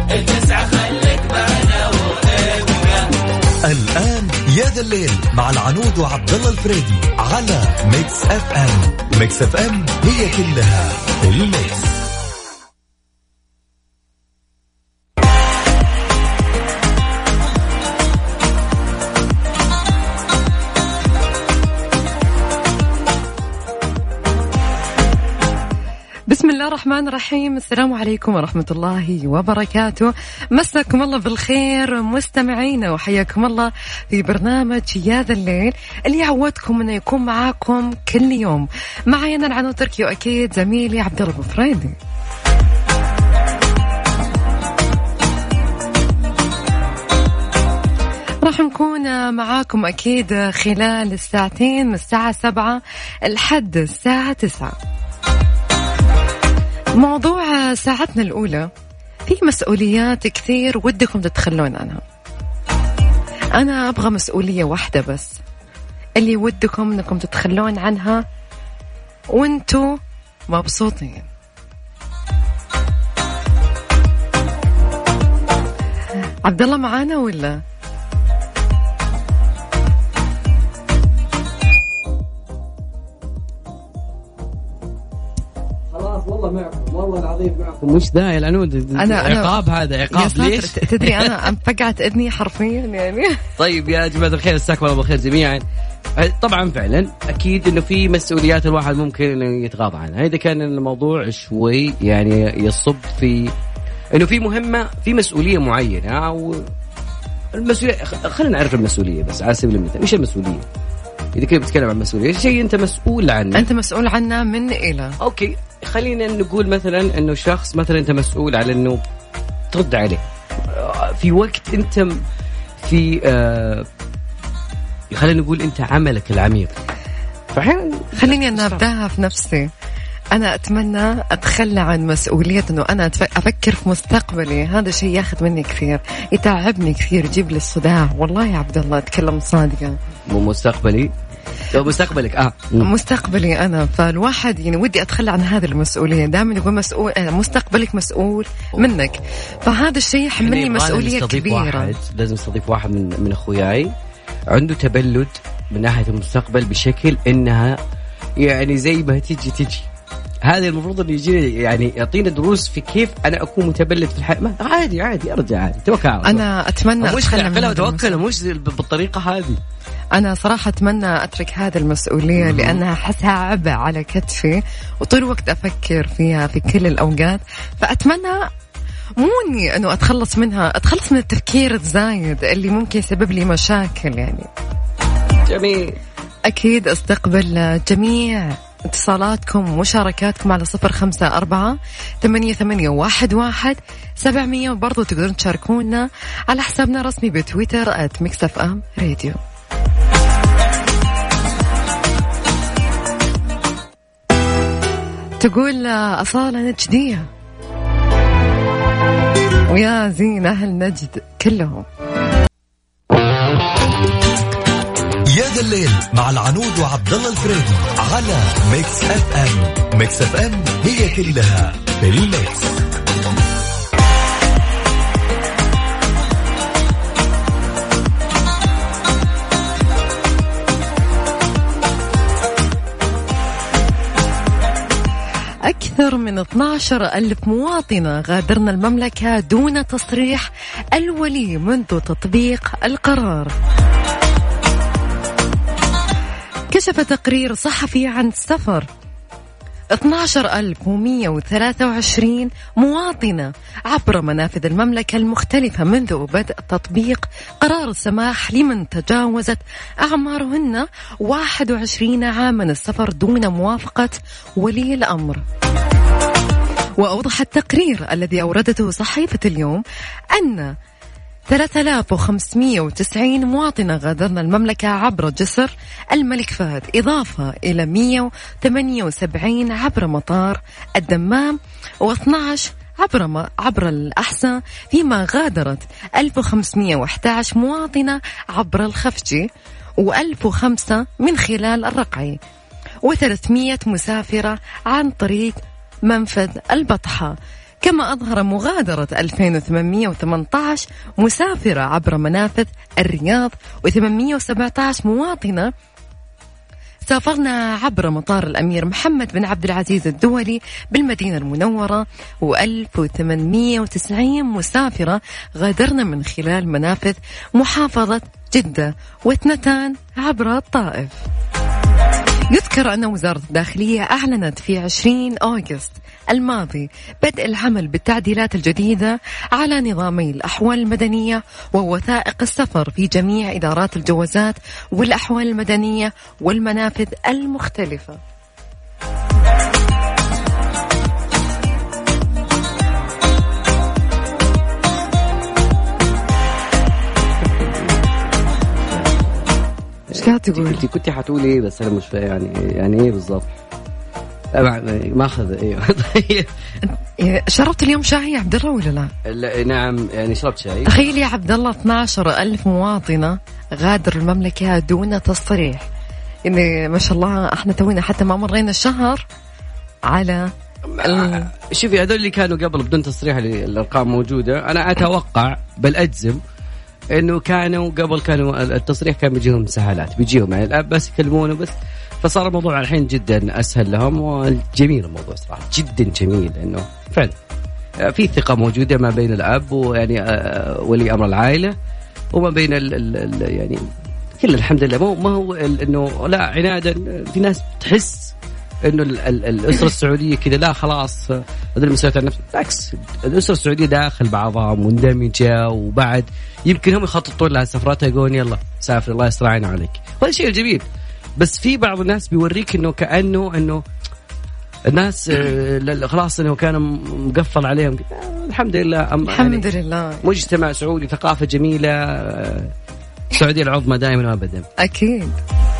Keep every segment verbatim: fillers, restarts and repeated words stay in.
التسعة خليك معنا وابقى. الآن يا ذا الليل مع العنود وعبد الله الفريدي على ميكس اف ام. ميكس اف ام هي كلها الميكس. بسم الله الرحمن الرحيم. السلام عليكم ورحمة الله وبركاته. مساكم الله بالخير مستمعينا وحياكم الله في برنامج يا ذا الليل اللي عودكم انه يكون معاكم كل يوم. معي انا العنود تركي واكيد زميلي عبد الله الفريدي. راح نكون معاكم اكيد خلال الساعتين من الساعة سبعة لحد الساعة تسعة. موضوع ساعتنا الأولى في مسؤوليات كثير ودكم تتخلون عنها. أنا أبغى مسؤولية واحدة بس اللي ودكم أنكم تتخلون عنها وانتوا مبسوطين. عبد الله معانا ولا؟ والله معكم والله العظيم معكم. مش ذا يا العنود. أنا عقاب أنا هذا عقاب ليش؟ تدري أنا فقعت إذني حرفيا يعني. طيب يا جماعة الخير مساكم الله بالخير جميعا. طبعا فعلا أكيد إنه في مسؤوليات الواحد ممكن إنه يتغاضى عنها إذا كان الموضوع شوي يعني يصب في إنه في مهمة في مسؤولية معينة أو المسؤولية. خلينا نعرف المسؤولية بس على سبيل المثال. إيش المسؤولية؟ إذا كنت بتكلم عن مسؤولية شيء أنت مسؤول عنه. أنت مسؤول عنه من إلى. أوكي خلينا نقول مثلا إنه شخص مثلا أنت مسؤول على إنه ترد عليه في وقت أنت في آه خلينا نقول أنت عملك العميق. فحين خليني أنا أبدأها في نفسي. أنا أتمنى أتخلى عن مسؤولية إنه أنا أفكر في مستقبلي. هذا شيء ياخذ مني كثير يتعبني كثير يجيب لي الصداع. والله يا عبد الله أتكلم صادقة. مو مستقبلي مستقبلك اه مستقبلي انا. فالواحد يعني ودي اتخلى عن هذه المسؤوليه. دائما يقول مسؤول مستقبلك مسؤول منك. فهذا الشيء يحملني مسؤوليه كبيره. لازم استضيف واحد من من اخوياي عنده تبلد من ناحيه المستقبل بشكل انها يعني زي ما تيجي تيجي. هذا المفروض انه يجي يعني يعطينا دروس في كيف انا اكون متبلد في الحياه. عادي عادي ارجع عادي توكل. انا اتمنى اتخلى من توكل مش بالطريقه هذه. أنا صراحة أتمنى أترك هذه المسؤولية لأنها حسها عبء على كتفي وطول الوقت أفكر فيها في كل الأوقات. فأتمنى مو إني أنه أتخلص منها، أتخلص من التفكير الزايد اللي ممكن يسبب لي مشاكل يعني. جميل. أكيد أستقبل جميع اتصالاتكم ومشاركاتكم على صفر خمسة أربعة ثمانية ثمانية واحد واحد سبعمية. وبرضو تقدرون تشاركونا على حسابنا الرسمي بتويتر آت ميكس اف ام راديو. تقول أصالة نجدية ويا زين أهل نجد كلهم. يا ذا الليل مع العنود وعبد الله الفريدي على ميكس اف ام. ميكس اف ام هي كلها بالميكس. أكثر من اثنا عشر ألف مواطنة غادرنا المملكة دون تصريح الولي منذ تطبيق القرار. كشف تقرير صحفي عن سفر اثنا عشر ألف ومئة وثلاثة وعشرين مواطنة عبر منافذ المملكة المختلفة منذ بدء تطبيق قرار السماح لمن تجاوزت أعمارهن واحد وعشرين عاما السفر دون موافقة ولي الأمر. وأوضح التقرير الذي أوردته صحيفة اليوم أن ثلاثة آلاف وخمسمئة وتسعين مواطنة غادرنا المملكة عبر جسر الملك فهد، إضافة إلى مئة وثمانية وسبعين عبر مطار الدمام واثني عشر عبر عبر الأحساء، فيما غادرت ألف وخمسمئة وأحد عشر مواطنة عبر الخفجي وألف وخمسة من خلال الرقعي، وثلاثمئة مسافرة عن طريق منفذ البطحة. كما أظهر مغادرة ألفين وثمانمائة وثمانية عشر مسافرة عبر منافذ الرياض وثمانمائة وسبعة عشر مواطنة سافرنا عبر مطار الأمير محمد بن عبد العزيز الدولي بالمدينة المنورة، وألف وثمانمائة وتسعين مسافرة غادرنا من خلال منافذ محافظة جدة، واثنتان عبر الطائف. يذكر أن وزارة الداخلية أعلنت في عشرين أغسطس الماضي بدء العمل بالتعديلات الجديدة على نظامي الأحوال المدنية ووثائق السفر في جميع إدارات الجوازات والأحوال المدنية والمنافذ المختلفة. ايش قاعد تقول؟ انت كنتي حتقولي بس انا مش فاهم يعني يعني ايه بالضبط. ما اخذ ايوه. طيب شربت اليوم شاي يا عبد الله ولا لا؟ لا نعم يعني شربت شاي. تخيل يا عبد الله اثني عشر ألف مواطنة غادر المملكة دون تصريح. يعني ما شاء الله احنا توينا حتى ما مرينا الشهر على ال... شوفي هذول اللي كانوا قبل بدون تصريح الارقام موجودة. انا اتوقع بل اجزم انه كانوا قبل كانوا التصريح كان بيجيهم سهالات بيجيهم يعني الاب بس يكلمونه بس، فصار الموضوع الحين جدا اسهل لهم وجميل الموضوع صراحه جدا جميل انه فعلا في ثقه موجوده ما بين الاب ويعني ولي امر العائله وما بين ال ال يعني كل الحمد لله. مو ما هو انه لا عنادا في ناس تحس انه ال ال الاسره السعوديه كذا لا خلاص هذا المسؤوليه عن نفسه. بالعكس الاسره السعوديه داخل بعضها مندمجه، وبعد يمكن هم يخططون لها سفرات يقولون يلا سافر الله يستر عيننا عليك، وهذا شيء جميل. بس في بعض الناس بيوريك انه كانه انه الناس خلاص انه كان مقفل عليهم. الحمد لله الحمد يعني لله مجتمع سعودي ثقافه جميله، السعوديه العظمى دائما وابدا. اكيد.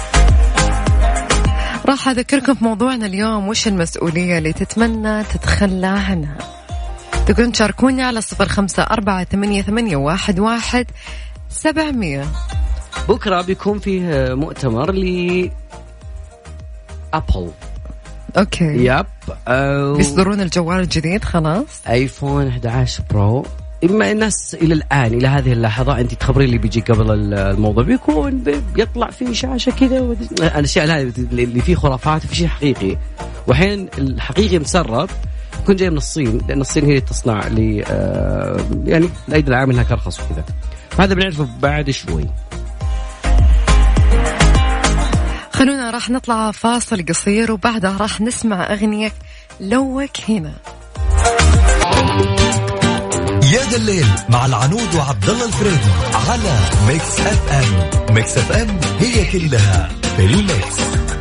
راح أذكركم في موضوعنا اليوم، وش المسؤولية اللي تتمنى تتخلى عنها؟ تقولون تشاركوني على صفر خمسة أربعة ثمانية ثمانية واحد واحد سبعمية. بكرة بيكون فيه مؤتمر ل أبل. أوكي. ياب. أو بيصدرون الجوال الجديد خلاص. آيفون أحد عشر برو. إما الناس إلى الآن إلى هذه اللحظة أنت تخبرين اللي بيجي قبل الموضوع بيكون بيطلع فيه شاشة كذا. الأشياء هذه اللي فيه خرافات وفي شيء حقيقي، وحين الحقيقي مسرب يكون جاي من الصين، لأن الصين هي تصنع لي يعني الأيدي العامل لها كرخص وكذا. هذا بنعرفه بعد شوي. خلونا راح نطلع فاصل قصير وبعدها راح نسمع أغنية لوك هنا. يا ذا الليل مع العنود وعبد الله الفريدي على ميكس اف ام. ميكس اف ام هي كلها في الميكس.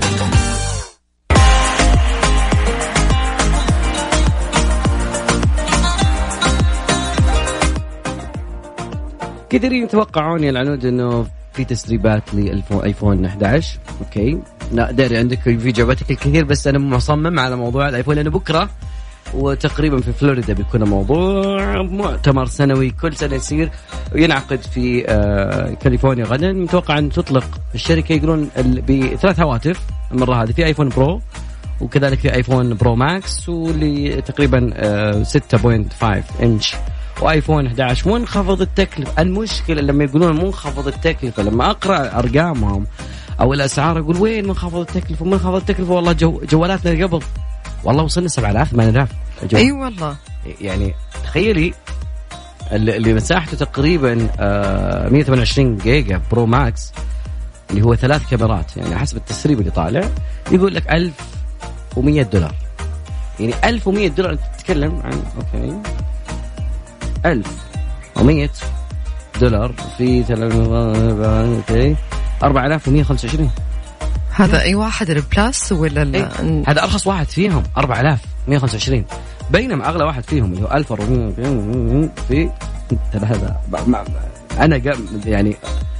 كثيرين يتوقعون يا العنود انه في تسريبات للايفون أحد عشر. اوكي لا داري عندك في جواباتك الكثير، بس انا مصمم على موضوع الايفون لانه بكره وتقريبا في فلوريدا بيكون موضوع مؤتمر سنوي كل سنة يصير وينعقد في كاليفورنيا غدا. متوقع أن تطلق الشركة يقولون بثلاث هواتف المرة هذه، في آيفون برو وكذلك في آيفون برو ماكس واللي تقريبا ستة فاصلة خمسة إنش وآيفون أحد عشر منخفض التكلفة. المشكلة لما يقولون منخفض التكلفة لما أقرأ أرقامهم أو الأسعار أقول وين منخفض التكلفة؟ منخفض التكلفة والله جو جوالاتنا قبل والله وصلنا سبعة آلاف ثمانية آلاف. أي أيوة والله. يعني تخيلي اللي مساحته تقريبا مية وثمانية وعشرين جيجا برو ماكس اللي هو ثلاث كاميرات، يعني حسب التسريب اللي طالع يقول لك ألف ومية دولار. يعني ألف ومية دولار تتكلم عن أوكي ألف ومية دولار في ثلاثة أربعة آلاف ومية وخمسة وعشرين. هذا أي واحد البلاس ولا إيه؟ هذا أرخص واحد فيهم أربعة آلاف ومية وخمسة وعشرين، بينما أغلى واحد فيهم اللي هو ألف وأربعمية في هذا أنا يعني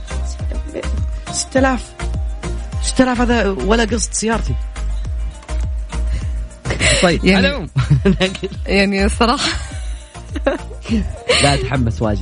ستة آلاف ستة آلاف هذا ولا قسط سيارتي. طيب يعني, يعني الصراحة لا أتحمس واجد.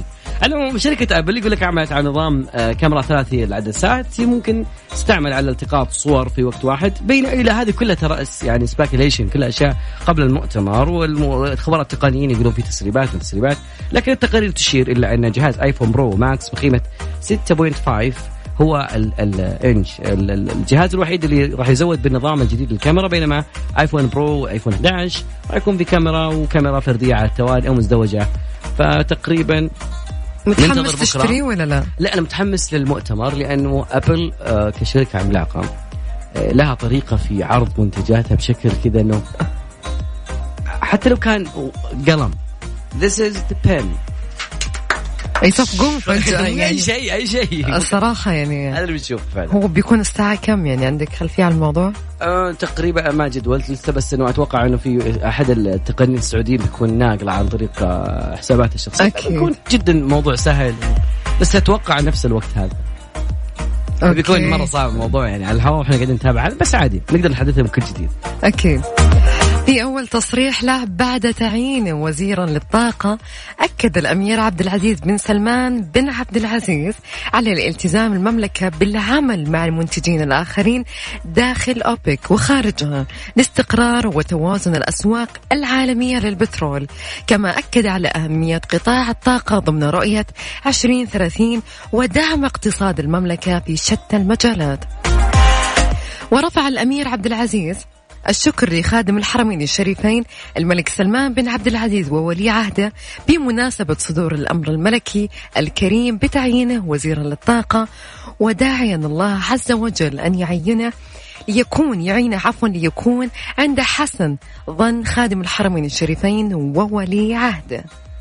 أنا شركة أبل يقول لك عملت على نظام كاميرا ثلاثية العدسات ممكن تستعمل على التقاط صور في وقت واحد. بين إلى هذه كلها ترى يعني سباكيليشن، كلها أشياء قبل المؤتمر، والخبراء التقنيين يقولون في تسريبات وتسريبات، لكن التقارير تشير إلى أن جهاز آيفون برو ماكس بقيمة ستة فاصلة خمسة هو الانش الجهاز الوحيد اللي راح يزود بالنظام الجديد للكاميرا، بينما ايفون برو وايفون إحدى عشر راح يكون في كاميرا وكاميرا فرديه على التوالي او مزدوجه. فتقريبا متحمس تشتري ولا لا؟ لا انا متحمس للمؤتمر، لانه ابل كشركه عملاقه لها طريقه في عرض منتجاتها بشكل كذا انه حتى لو كان قلم this is the pen يصفقون فجأة يعني. أي شيء أي شيء الصراحة يعني هذا اللي بتشوف فعلا. هو بيكون الساعة كم يعني؟ عندك خلفية على الموضوع؟ أه تقريبا ما جدولت لسه، بس إنه أتوقع إنه في أحد التقنيين السعوديين بيكون ناقل عن طريق حسابات الشخصية. بيكون جدا موضوع سهل، بس أتوقع نفس الوقت هذا أوكي. بيكون مرة صعب الموضوع يعني على الهواء وإحنا قاعدين نتابع، بس عادي نقدر نحدثه بكل جديد. أكيد. في أول تصريح له بعد تعيينه وزيرا للطاقة، أكد الأمير عبد العزيز بن سلمان بن عبد العزيز على الالتزام المملكة بالعمل مع المنتجين الآخرين داخل أوبك وخارجها لاستقرار وتوازن الأسواق العالمية للبترول، كما أكد على أهمية قطاع الطاقة ضمن رؤية عشرين ثلاثين ودعم اقتصاد المملكة في شتى المجالات. ورفع الأمير عبد العزيز الشكر لخادم الحرمين الشريفين الملك سلمان بن عبد العزيز وولي عهده بمناسبة صدور الأمر الملكي الكريم بتعيينه وزيرا للطاقة، وداعيا الله عز وجل أن يعينه ليكون يعينه عفوا ليكون عند حسن ظن خادم الحرمين الشريفين وولي عهده.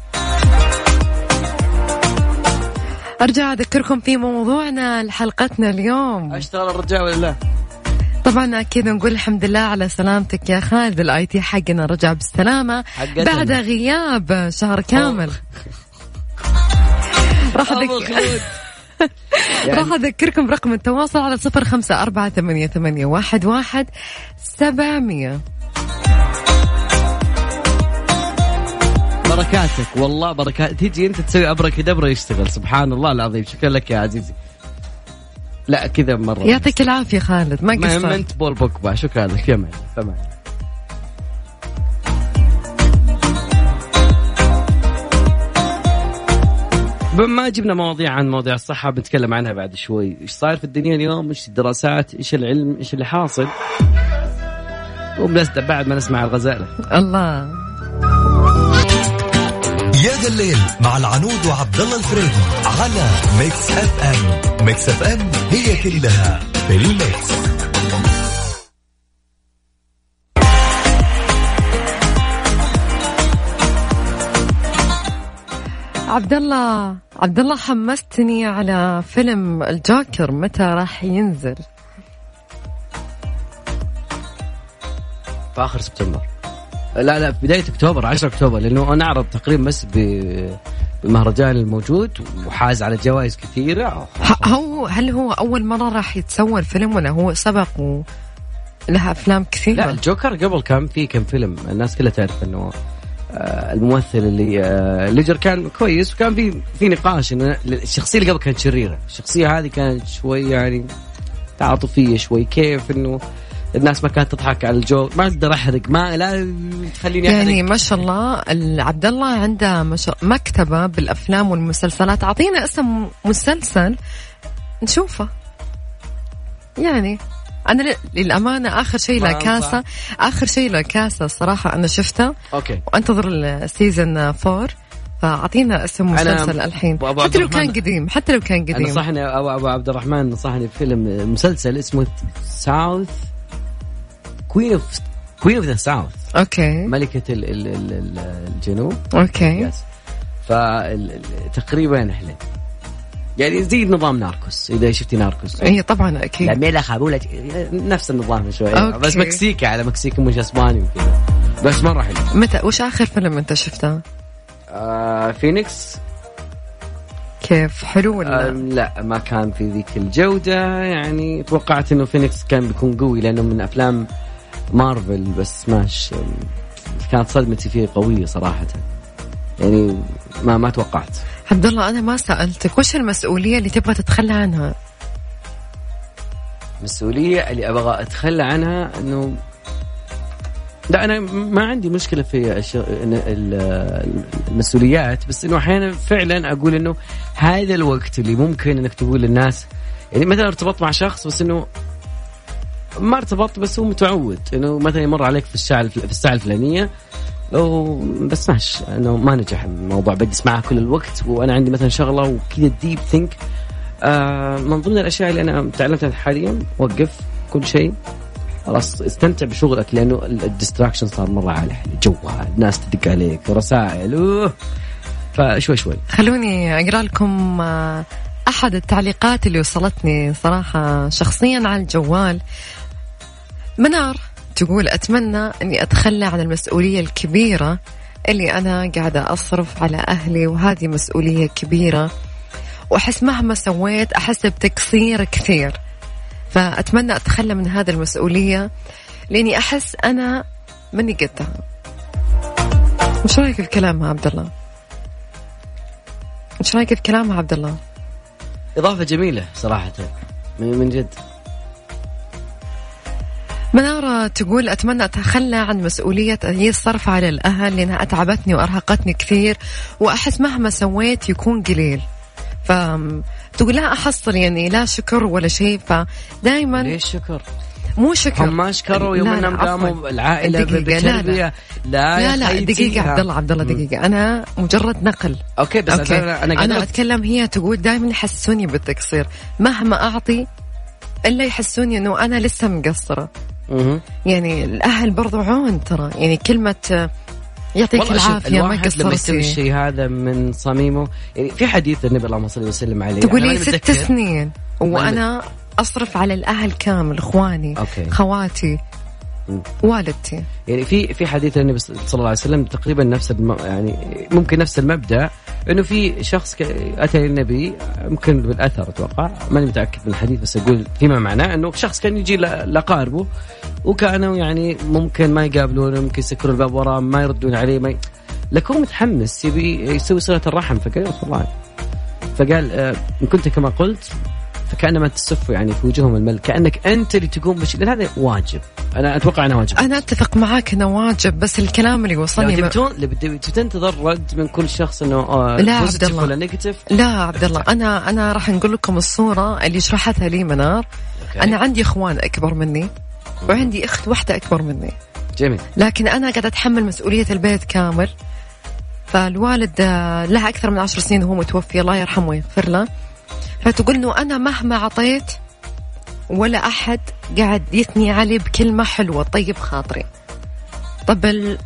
أرجع أذكركم في موضوعنا لحلقتنا اليوم. أشتغل الرجال ولا لا؟ طبعا أكيد نقول الحمد لله على سلامتك يا خالد، الاي تي حقنا رجع بالسلامة بعد غياب شهر كامل. راح أذكر راح أذكركم رقم التواصل على صفر خمسة أربعة ثمانية ثمانية واحد واحد سبعمية. بركاتك والله بركات، تيجي أنت تسوي أبرك دبرة يشتغل. سبحان الله العظيم، شكرا لك يا عزيزي. لا كذا مرة يعطيك العافية خالد، ما قصرت. ما انت بول بوكبا، شكرا لك يا مان. تمام. بما جبنا مواضيع عن مواضيع الصحة بنتكلم عنها بعد شوي. ايش صاير في الدنيا اليوم، ايش الدراسات، ايش العلم، ايش اللي حاصل، وبنسدع بعد ما نسمع الغزالة. الله يا ذا الليل مع العنود وعبد الله الفريدي على ميكس اف ام. ميكس اف ام هي كلها في الميكس. عبد الله عبد الله حمستني على فيلم الجوكر، متى راح ينزل؟ في آخر سبتمبر. لا لا في بداية أكتوبر، عشرة أكتوبر، لأنه أنا أعرض تقريبا بس بالمهرجان الموجود وحاز على جوائز كثيرة. هو هل هو أول مرة راح يتسوى الفيلم ولا هو سبق ولها أفلام كثيرة؟ لا الجوكر قبل كان في كم فيلم، الناس كلها تعرف أنه الممثل اللي ليجر كان كويس، وكان في في نقاش إنه الشخصية اللي قبل كانت شريرة، الشخصية هذه كانت شوي يعني تعاطفية شوي، كيف إنه الناس ما كانت تضحك على الجو. ما أقدر أحرق، ما لا تخليني أحرق. يعني ما شاء الله عبد الله عنده مش... مكتبة بالأفلام والمسلسلات. أعطينا اسم مسلسل نشوفه. يعني أنا للأمانة آخر شيء لا كاسة، آخر شيء لا كاسة الصراحة أنا شفته. أوكي. وأنتظر السيزن فور، فأعطينا اسم مسلسل الحين حتى لو كان قديم، حتى لو كان قديم. نصحني أبو عبد الرحمن نصحني بفيلم مسلسل اسمه ساوث كوين اوف كوين اوف ذا ساوث. اوكي. ملكة ال ال ال الجنوب. اوكي. فتقريبا احنا يعني زي نظام ناركوس، اذا شفتي ناركوس. اي طبعا اكيد. لا ميلا خابولة نفس النظام شويه. أوكي. بس مكسيكي على مكسيكي مش اسباني وكذا، بس مرة حلو. متى وش اخر فيلم انت شفته؟ آه فينيكس. كيف حلو ولا؟ آه لا ما كان في ذيك الجودة، يعني توقعت انه فينيكس كان بيكون قوي لانه من افلام مارفل، بس ماش كانت صدمتي فيه قوية صراحة، يعني ما ما توقعت. عبد الله أنا ما سألتك وش المسؤولية اللي تبغى تتخلى عنها؟ المسؤولية اللي أبغى أتخلى عنها إنه لا أنا ما عندي مشكلة في المسؤوليات، بس إنه أحيانا فعلا أقول إنه هذا الوقت اللي ممكن إنك تقول للناس، يعني مثلا ارتبطت مع شخص بس إنه ما ارتبطت بس هو متعود إنه مثلا يمر عليك في الساعة في الساعة الفلانية بس ماش إنه ما نجح الموضوع، بجلس معه كل الوقت وأنا عندي مثلا شغلة وكذا ديب ثينك. آه من ضمن الأشياء اللي أنا تعلمتها حاليا وقف كل شيء، خلاص استمتع بشغلك، لأنه الديستراكشن صار مرة عالي، جوها الناس تدق عليك رسائل أوه. فشوي شوي خلوني أقرأ لكم أحد التعليقات اللي وصلتني صراحة شخصيا على الجوال. منار تقول أتمنى أني أتخلى عن المسؤولية الكبيرة اللي أنا قاعدة أصرف على أهلي، وهذه مسؤولية كبيرة وأحس مهما سويت أحس بتقصير كثير، فأتمنى أتخلى من هذه المسؤولية لأني أحس أنا مني قدها. وش رأيك في كلامها عبد الله؟ وش رأيك في كلامها عبد الله؟ إضافة جميلة صراحة من جد. منارة تقول أتمنى أتخلى عن مسؤولية هي الصرف على الأهل لأنها أتعبتني وأرهقتني كثير، وأحس مهما سويت يكون قليل، فتقول لا أحصل يعني لا شكر ولا شيء، فدايما ليش شكر؟ مو شكر، هم ما شكروا يوم أنهم قاموا العائلة بالتربية. لا لا, لا دقيقة عبد الله عبد الله دقيقة، أنا مجرد نقل. أوكي بس أوكي. أنا أنا, أنا أتكلم، هي تقول دائما يحسوني بالتقصير، مهما أعطي إلا يحسوني إنه أنا لسه مقصرة. مه. يعني الأهل برضو عون ترى، يعني كلمة يعطيك العافية ما قصرتي. لما يتم الشيء هذا من صميمه، يعني في حديث النبي اللهم صل وسلم عليه تقولي ست سنين وأنا أصرف على الأهل كامل، إخواني أوكي. خواتي م. والدتي، يعني في في حديث النبي صلى الله عليه وسلم تقريبا نفس الم... يعني ممكن نفس المبدأ، إنه في شخص أتى النبي ممكن بالأثر أتوقع، ماني متأكد من الحديث بس أقول فيما معناه إنه شخص كان يجي لأقاربه وكانوا يعني ممكن ما يقابلونه، ممكن يسكروا الباب وراه ما يردون عليه، ما ي... لكن متحمس يبي يسوي صلة الرحم، فقال رسول الله فقال آه إن كنت كما قلت فكأنما تسف يعني في وجوههم الملك، كأنك أنت اللي تقوم بشيء، لأن هذا واجب. أنا أتوقع أنه واجب. أنا أتفق معاك أنه واجب، بس الكلام اللي وصلني لو تبتون لو تنتظر رد من كل شخص إنه آه لا عبد الله ولا نيجاتيف. لا عبد الله أنا أنا راح نقول لكم الصورة اللي شرحتها لي منار. أوكي. أنا عندي إخوان أكبر مني وعندي أخت واحدة أكبر مني. جميل. لكن أنا قاعدة أتحمل مسؤولية البيت كامل، فالوالد لها أكثر من عشر سنين وهو متوفي الله يرحمه ويغفر له، فتقول إنه أنا مهما عطيت ولا أحد قاعد يثني علي بكلمة حلوة طيب خاطري. طب ال...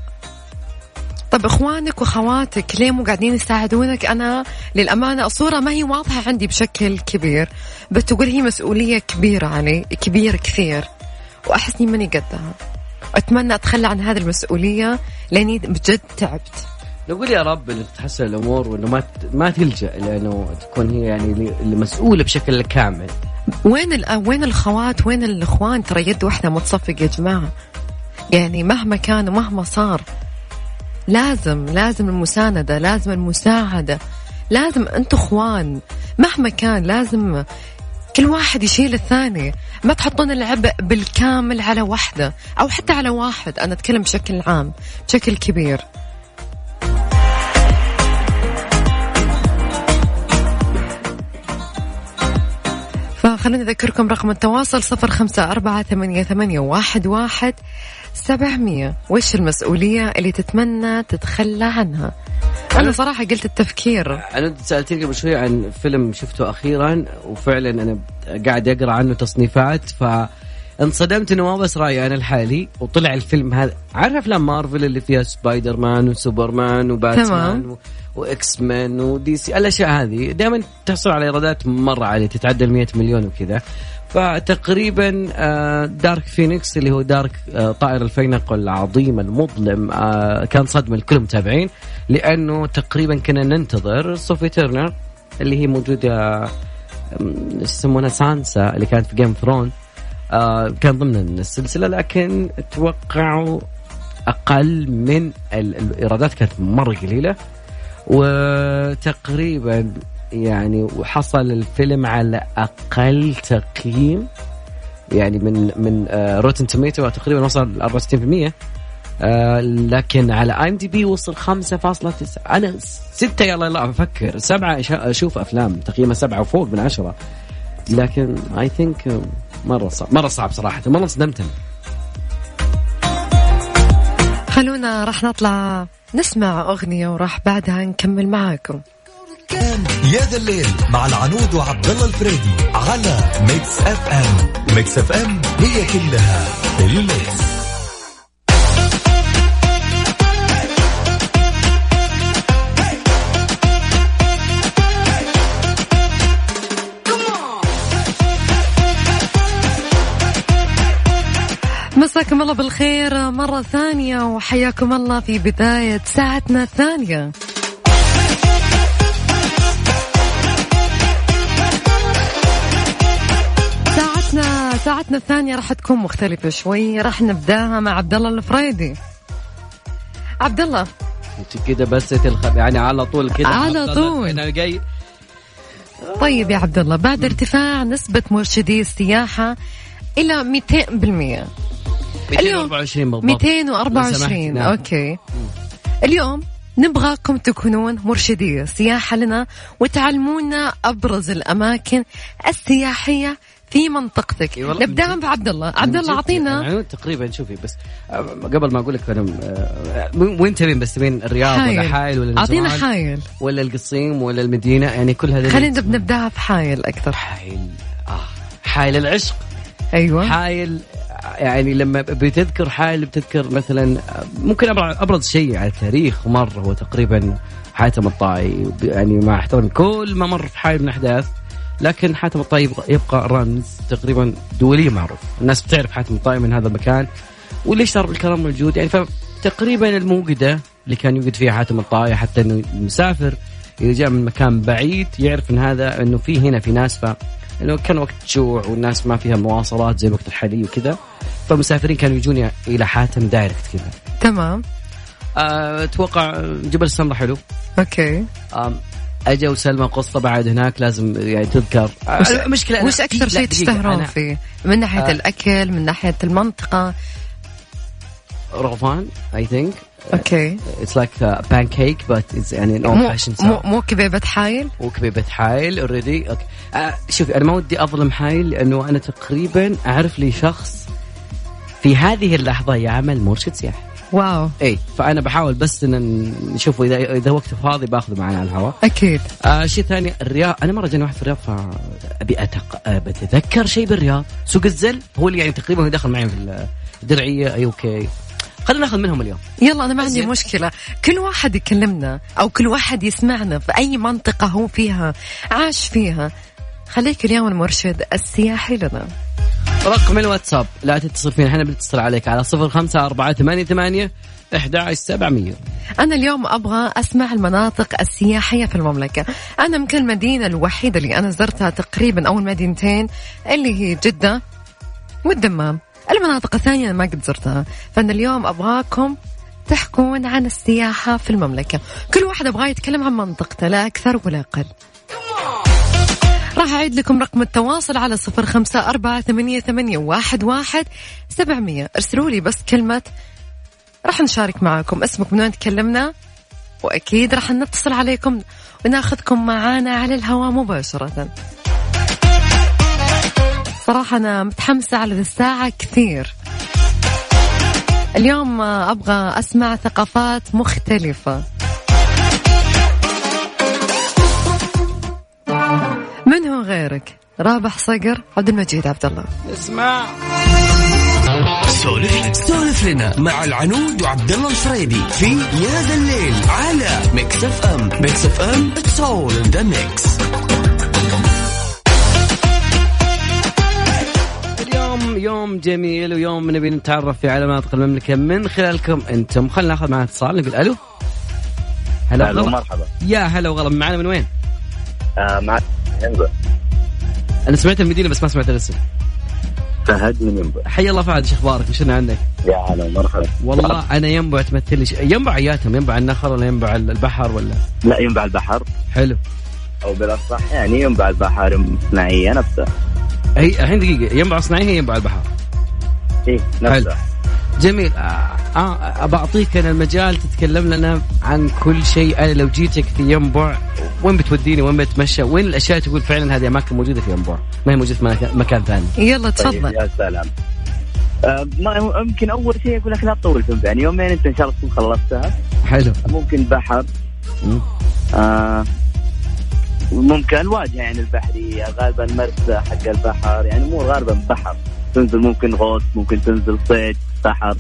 طب إخوانك وخواتك ليه مو قاعدين يساعدونك؟ أنا للأمانة الصورة ما هي واضحة عندي بشكل كبير، بتقول هي مسؤولية كبيرة علي، كبير كثير، وأحسني ماني قدها. أتمنى أتخلى عن هذه المسؤولية لأني بجد تعبت. نقول يا رب إنه تتحسن الأمور وإنه ما ما تلجأ لأنه تكون هي يعني اللي مسؤولة بشكل كامل. وين ال وين الخوات وين الإخوان؟ ترى يد واحدة متصفق يا جماعة، يعني مهما كان ومهما صار لازم لازم المساندة، لازم المساعدة، لازم أنتوا إخوان مهما كان، لازم كل واحد يشيل الثاني، ما تحطون العبء بالكامل على واحدة أو حتى على واحد. أنا أتكلم بشكل عام بشكل كبير. فخلينا نذكركم رقم التواصل صفر خمسة أربعة ثمانية ثمانية واحد واحد سبعمية. وش المسؤولية اللي تتمنى تتخلى عنها؟ أنا صراحة قلت التفكير. أنا سألتني قبل شوي عن فيلم شفته أخيرا وفعلا أنا قاعد أقرأ عنه تصنيفات، فانصدمت إنه ما بس رأيي أنا الحالي، وطلع الفيلم هذا عارف أفلام مارفل اللي فيها سبايدر مان وسوبرمان وباتمان وإكس مان ودي سي، الأشياء هذه دائما تحصل على إيرادات مرة عالية تتعدى المية مليون وكذا. فتقريبا دارك فينيكس اللي هو دارك طائر الفينق العظيم المظلم كان صدمة لكل المتابعين، لأنه تقريبا كنا ننتظر صوفي تيرنر اللي هي موجودة يسمونها سانسا اللي كانت في جيم ثرون، كان ضمن السلسلة، لكن توقعوا أقل من الإيرادات، كانت مرة قليلة. وتقريبا يعني وحصل الفيلم على أقل تقييم يعني من من روتن توميتو تقريبا وصل أربعة وستين بالمية. آه لكن على اي ام دي بي وصل خمسة فاصلة تسعة. انا ستة يلا لا افكر سبعة اشوف افلام تقييمها سبعة وفوق من عشرة، لكن اي ثينك مره صعب مره صعب صراحه، مره صدمتني. خلونا راح نطلع نسمع اغنيه وراح بعدها نكمل معاكم. يا ذا الليل مع العنود وعبد الله الفريدي على ميكس اف ام. ميكس اف ام هي كلها الميكس. مساكم الله بالخير مرة ثانية وحياكم الله في بداية ساعتنا الثانية. ساعتنا ساعتنا الثانية راح تكون مختلفة شوي، راح نبداها مع عبد الله الفريدي. عبد الله انت كده بس تلخب يعني على طول كده على طول انا جاي. طيب يا عبد الله، بعد ارتفاع نسبة مرشدي السياحة إلى مئتين بالمئة مئتين وأربعة وعشرين بالضبط مئتين وأربعة وعشرين نعم. أوكي م. اليوم نبغاكم تكونون مرشدي سياحة لنا وتعلمونا أبرز الأماكن السياحية في منطقتك. نبدأ بعبد الله. عبد الله أعطينا يعني تقريبا شوفي بس قبل ما أقول لك أنا وين تبين بس بين الرياض حايل. ولا حايل ولا أعطينا حايل ولا القصيم ولا المدينة يعني كل هذا. خلينا نبدأها بحايل أكثر. حايل آه حايل العشق. أيوة حايل يعني لما بتذكر حايل بتذكر مثلا ممكن أبرز شيء على التاريخ مرة هو تقريبا حاتم الطائي. يعني مع احترام كل ما مر في حايل من أحداث، لكن حاتم الطائي يبقى رمز تقريبا دولي معروف. الناس بتعرف حاتم الطائي من هذا المكان وليش صار بالكرم موجود. يعني فتقريبا الموجدة اللي كان يوجد فيها حاتم الطائي حتى إنه المسافر إذا جاء من مكان بعيد يعرف إن هذا إنه في هنا في ناس، ف إنه كان وقت جوع والناس ما فيها مواصلات زي الوقت الحالي وكذا، فالمسافرين كانوا يجون إلى حاتم دايركت كذا. تمام. أتوقع جبل السمرة حلو. أوكي. أجا وسلمى قصة بعد هناك لازم يعني تذكر. مشكلة وش أكثر شيء تشتهرون فيه من ناحية آه الأكل من ناحية المنطقة؟ رغفان I think. اوكي it's like a pancake but it's يعني مو مو, مو كبيبة حايل. مو كبيبة حايل already. اوكي آه شوفي انا ما ودي اظلم حايل لانه انا تقريبا اعرف لي شخص في هذه اللحظة يعمل مرشد سياحي. واو. اي فانا بحاول بس ان نشوفه اذا اذا وقت فاضي باخذه معنا على الهواء. اكيد. آه شيء ثاني الرياض. انا مره جاني واحد في الرياض فابي أتق... بتذكر شيء بالرياض. سوق الزل هو اللي يعني تقريبا يدخل معي في الدرعيه. اي اوكي خلينا ناخذ منهم اليوم. يلا أنا ما عندي مشكلة، كل واحد يكلمنا أو كل واحد يسمعنا في أي منطقة هو فيها عاش فيها، خليك اليوم المرشد السياحي لنا. رقم الواتساب لا تتصل فينا، احنا بنتصل عليك على صفر خمسة أربعة ثمانية ثمانية أحد عشر سبعمية. أنا اليوم أبغى أسمع المناطق السياحية في المملكة. أنا يمكن المدينة الوحيدة اللي أنا زرتها تقريبا أو المدينتين اللي هي جدة والدمام، المناطق الثانية ما قد زرتها. فأنا اليوم أبغاكم تحكون عن السياحة في المملكة، كل واحد أبغى يتكلم عن منطقته لا أكثر ولا أقل. راح أعيد لكم رقم التواصل على صفر خمسة أربعة ثمانية ثمانية واحد واحد سبعمية. ارسلوا لي بس كلمة راح نشارك معاكم اسمك من وين تكلمنا، وأكيد راح نتصل عليكم وناخذكم معانا على الهواء مباشرة. صراحة أنا متحمسة على ذي الساعة كثير. اليوم أبغى أسمع ثقافات مختلفة. من هو غيرك؟ رابح صقر، عبد المجيد عبد الله. اسمع سولف لنا مع العنود وعبد الله الفريدي في يا ذا الليل على ميكس اف ام. ميكس اف ام it's all in the mix. يوم جميل ويوم نبي نتعرف في على مناطق المملكة من خلالكم انتم. خلينا ناخذ معنا اتصال نقول الو. هلا مرحبا. يا هلا وغلا، معنا من وين؟ آه مع ينبع. انا سمعت المدينة بس ما سمعت الاسم. فهد من ينبع. حي الله فهد، ايش اخبارك؟ وشنا عنك؟ يا هلا مرحبا. والله أنا ينبع تمثل لي ينبع عياتهم، ينبع النخل ولا ينبع البحر ولا؟ لا ينبع البحر. حلو. أو بالأصح يعني ينبع البحر صناعية نفسها. هي الحين دقيقة، ينبع صناعية هي ينبع البحر. إيه نفسها. جميل. آه بعطيك أنا المجال تتكلم لنا عن كل شيء. أنا لو جيتك في ينبع وين بتوديني، وين بتمشى، وين الأشياء تقول فعلا هذه أماكن موجودة في ينبع ما هي موجودة في مكان ثاني؟ يلا تفضل. طيب يا سلام. آه ما ممكن أول شيء أقول لك لا تطول في يعني يومين أنت إن شاء الله تكون خلصتها. حلو. ممكن بحر. آه ممكن الواجهة يعني البحرية غالبا مرسى حق البحر يعني مو غالبا بحر تنزل، ممكن غوص، ممكن تنزل صيد بحر.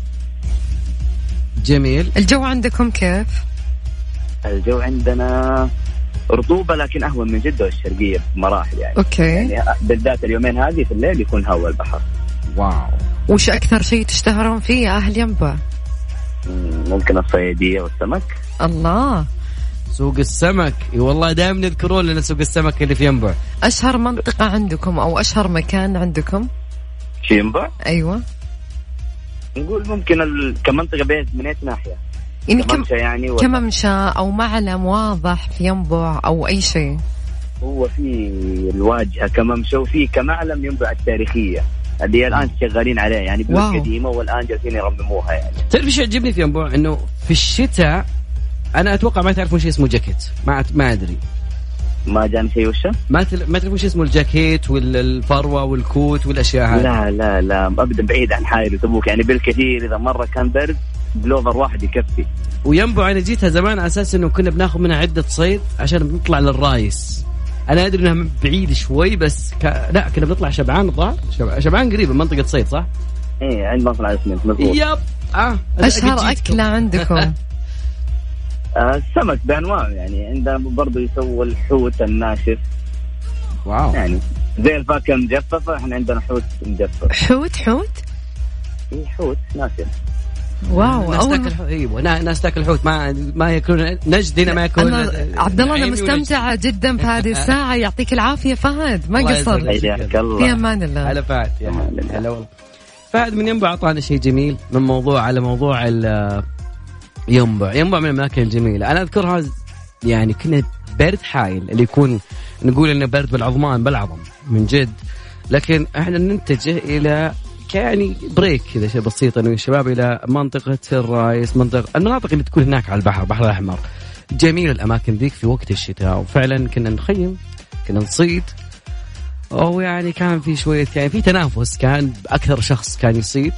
جميل. الجو عندكم كيف؟ الجو عندنا رطوبة لكن أهون من جدة والشرقية بمراحل يعني. أوكي. يعني بالذات اليومين هذه في الليل يكون هوا البحر. واو. وش أكثر شيء تشتهرون فيه يا أهل ينبع؟ ممكن الصيادية والسمك. الله. سوق السمك والله دائما يذكرون لنا سوق السمك اللي في ينبع. أشهر منطقة عندكم أو أشهر مكان عندكم في ينبع؟ أيوة. نقول ممكن ال... كمنطقة بيت من ايش ناحية؟ يعني كممشى كم... يعني ولا... كممشى أو معلم واضح في ينبع أو أي شيء. هو في الواجهة كممشى وفي كمعلم ينبع التاريخية هذه الآن شغالين عليه يعني بيوت قديمة والآن جالسين يرمموها يعني. تعرف ايش يعجبني في ينبع؟ إنه في الشتاء أنا أتوقع ما تعرفون شيء اسمه جاكيت. ما ما أدري. ما جاني شيء وشه؟ ما تل... ما تعرفون شيء اسمه الجاكيت والفروة والكوت والأشياء هذه. لا لا لا أبدا بعيد عن حائل وتبوك يعني بالكثير إذا مرة كان برد بلوفر واحد يكفي. وينبع أنا جيتها زمان على أساس إنه كنا بناخذ منها عدة صيد عشان بنطلع للرايس. أنا أدري إنها بعيد شوي بس ك... لا كنا بنطلع شبعان الظاهر. شب... شبعان قريب من منطقة صيد صح؟ إيه عند مصنع اسمنت مضبوط. يب. آه. أشهر أكلة عندكم؟ السمك بأنواع يعني عندنا برضو يسووا الحوت الناشف. واو. يعني زي الفاكهة مجففة احنا عندنا حوت مجفف. حوت حوت؟ ايه حوت ناشف. واو. ناس تاكل حوت. ايوه ناس تاكل حوت ما ما ياكلون نجد هنا ما ياكلون. عبد الله انا مستمتعة جدا في هذه الساعة. يعطيك العافية فهد ما قصرت. في امان الله. هلا فهد. يا هلا والله. فهد من ينبع أعطانا شيء جميل من موضوع على موضوع ال ينبع. ينبع من الأماكن الجميلة. أنا أذكرها يعني كنا برد حائل اللي يكون نقول إنه برد بالعظمان بالعظم من جد، لكن إحنا نتجه إلى يعني بريك كذا شيء بسيط إنه الشباب إلى منطقة الرايس، منطقة المناطق اللي تكون هناك على البحر البحر الأحمر. جميل الأماكن ذيك في وقت الشتاء وفعلا كنا نخيم كنا نصيد أو يعني كان في شوية يعني في تنافس كان أكثر شخص كان يصيد.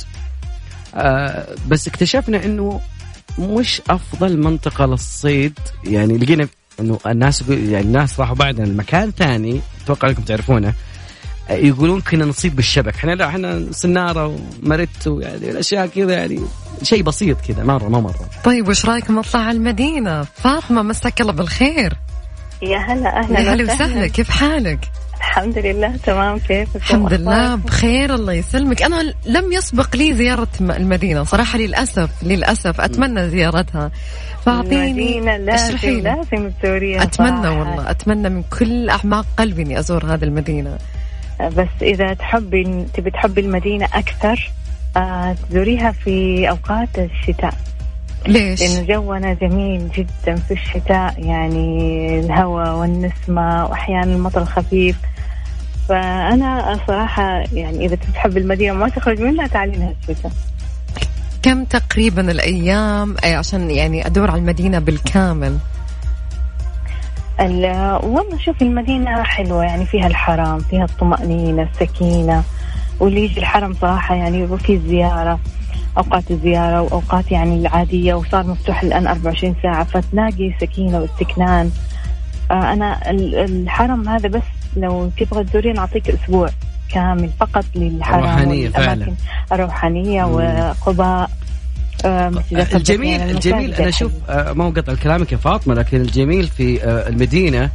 آه بس اكتشفنا إنه مش أفضل منطقة للصيد يعني لقينا إنه الناس يعني الناس راحوا بعدنا المكان ثاني أتوقع أنكم تعرفونه يقولون كنا نصيد بالشبك. إحنا لا إحنا سنارة ومرت ويعني الأشياء كذا يعني شيء بسيط كذا مرة ما مرة. طيب وش رأيكم نطلع على المدينة؟ فاطمة مساك الله بالخير. يا هلا أهلا يا هلا وسهلا. كيف حالك؟ الحمد لله تمام. كيف؟ الحمد لله بخير الله يسلمك. أنا لم يسبق لي زيارة المدينة صراحة للأسف للأسف أتمنى زيارتها فأعطيني لازم لازم تزوريها. أتمنى والله أتمنى من كل أعماق قلبي إني أزور هذه المدينة. بس إذا تحبي تبي تحبي المدينة أكثر آه تزوريها في أوقات الشتاء. ليش؟ لأنه جونا جميل جدا في الشتاء يعني الهواء والنسمة وأحيانا المطر الخفيف. فأنا صراحة يعني إذا تحب المدينة ما تخرج منها تعالي لها الشتاء. كم تقريبا الأيام أي عشان يعني أدور على المدينة بالكامل؟ والله شوف المدينة حلوة يعني فيها الحرم فيها الطمأنينة السكينة واللي يجي الحرم صراحة يعني وفي الزيارة أوقات الزيارة وأوقات يعني العادية وصار مفتوح الآن أربعة وعشرين ساعة فتلاقي سكينة واستكنان. آه أنا الحرم هذا بس لو تبغى تزورين أعطيك أسبوع كامل فقط للحرم والأماكن الروحانية وقباء. آه الجميل الجميل أنا أشوف آه ما هو قطع كلامك يا فاطمة لكن الجميل في آه المدينة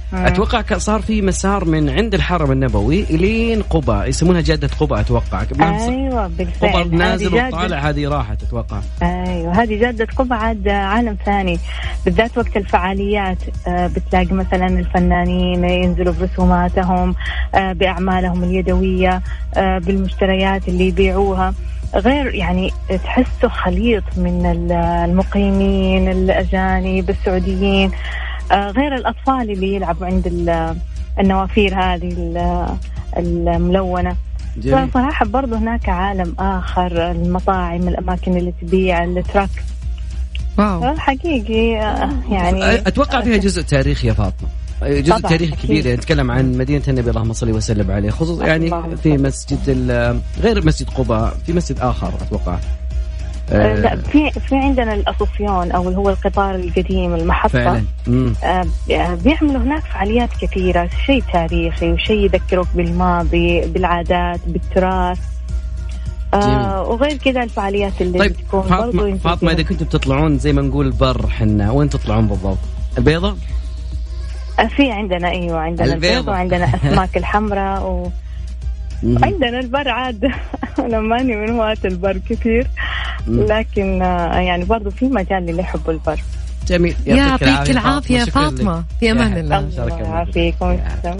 اتوقع كان صار في مسار من عند الحرم النبوي الين قباء، يسمونها جاده قباء اتوقع. ايوه بالفعل، قباء نازل وطالع، هذه راحت اتوقع. ايوه هذه جاده قباء عاد عالم ثاني، بالذات وقت الفعاليات. بتلاقي مثلا الفنانين ينزلوا برسوماتهم، باعمالهم اليدويه، بالمشتريات اللي يبيعوها، غير يعني تحسه خليط من المقيمين الأجانب السعوديين، غير الأطفال اللي يلعبوا عند النوافير هذه الملونة. صراحة برضو هناك عالم آخر، المطاعم، الأماكن اللي تبيع التراك. واو حقيقي يعني أتوقع فيها جزء تاريخي يا فاطمة، جزء تاريخي كبير. يعني نتكلم عن مدينة النبي اللهم صل وسلم عليه، خصوصا يعني في مسجد غير مسجد قباء، في مسجد آخر أتوقع. أه لا في في عندنا الأسوسيون أو هو القطار القديم المحطة. أه بيعملوا هناك فعاليات كثيرة، شيء تاريخي وشيء يذكرك بالماضي، بالعادات، بالتراث. أه وغير كذا الفعاليات اللي طيب بتكون فاطمة, فاطمة إذا كنتم بتطلعون زي ما نقول بر حنا، وين تطلعون بالضبط؟ البيضة؟ في عندنا ايوه عندنا البيض وعندنا اسماك الحمراء و... وعندنا البر عاد. انا ماني من هواة البر كثير، لكن يعني برضو في مجال اللي يحبوا البر. جميل، يعطيك العافية يا فاطمة، في امان الله. الله يعافيكم.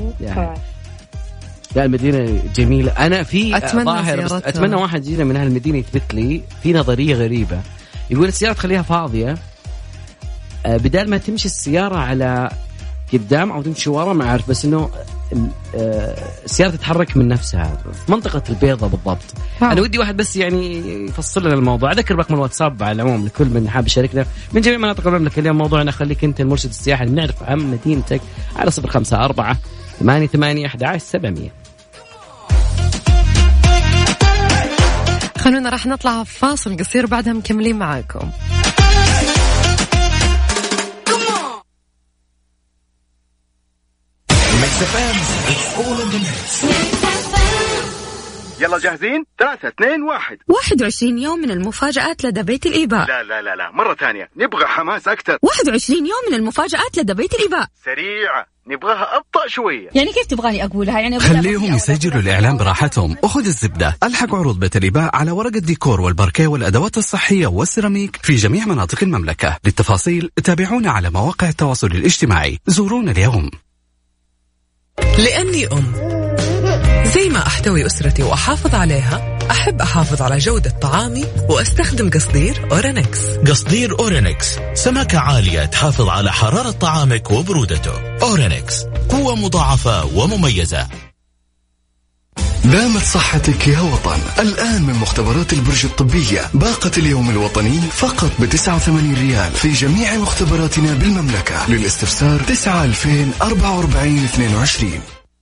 لا المدينة جميلة. أنا في ظاهر بس أتمنى واحد يجينا من هالمدينة يثبت لي في نظرية غريبة، يقول السيارة تخليها فاضية بدال ما تمشي السيارة على قدام أو تمشي ورا، ما أعرف، بس إنه السيارة تتحرك من نفسها في منطقة البيضة بالضبط. ها. أنا ودي واحد بس يعني يفصل لنا الموضوع. أذكر رقم الواتساب على العموم لكل من حاب يشاركنا من جميع مناطق المملكة. اليوم موضوعنا خليك أنت المرشد السياحي اللي نعرف عن مدينتك على صفر خمسة أربعة ثمانية ثمانية أحد عشر سبعمية. خلونا راح نطلع فاصل قصير بعدها مكملين معاكم. يلا جاهزين؟ ثلاثة اثنين واحد. واحد وعشرين يوم من المفاجآت لدى بيت الإيباء. لا لا لا لا مرة ثانية، نبغى حماس أكثر. واحد وعشرين يوم من المفاجآت لدى بيت الإيباء. سريعة، نبغاها أبطأ شوية. يعني كيف تبغاني أقولها؟ يعني خليهم يسجلوا الإعلان براحتهم وخذ الزبدة. ألحق عروض بيت الإيباء على ورق الديكور والباركيه والأدوات الصحية والسيراميك في جميع مناطق المملكة. للتفاصيل تابعونا على مواقع التواصل الاجتماعي. زورونا اليوم. لأني أم، زي ما أحتوي أسرتي وأحافظ عليها، أحب أحافظ على جودة طعامي وأستخدم قصدير أورينكس. قصدير أورينكس سمكة عالية تحافظ على حرارة طعامك وبرودته. أورينكس قوة مضاعفة ومميزة. دامت صحتك يا وطن. الآن من مختبرات البرج الطبية باقة اليوم الوطني فقط بتسعة وثمانين ريال في جميع مختبراتنا بالمملكة. للاستفسار تسعة ألفين أربعة وأربعين اثنين وعشرين.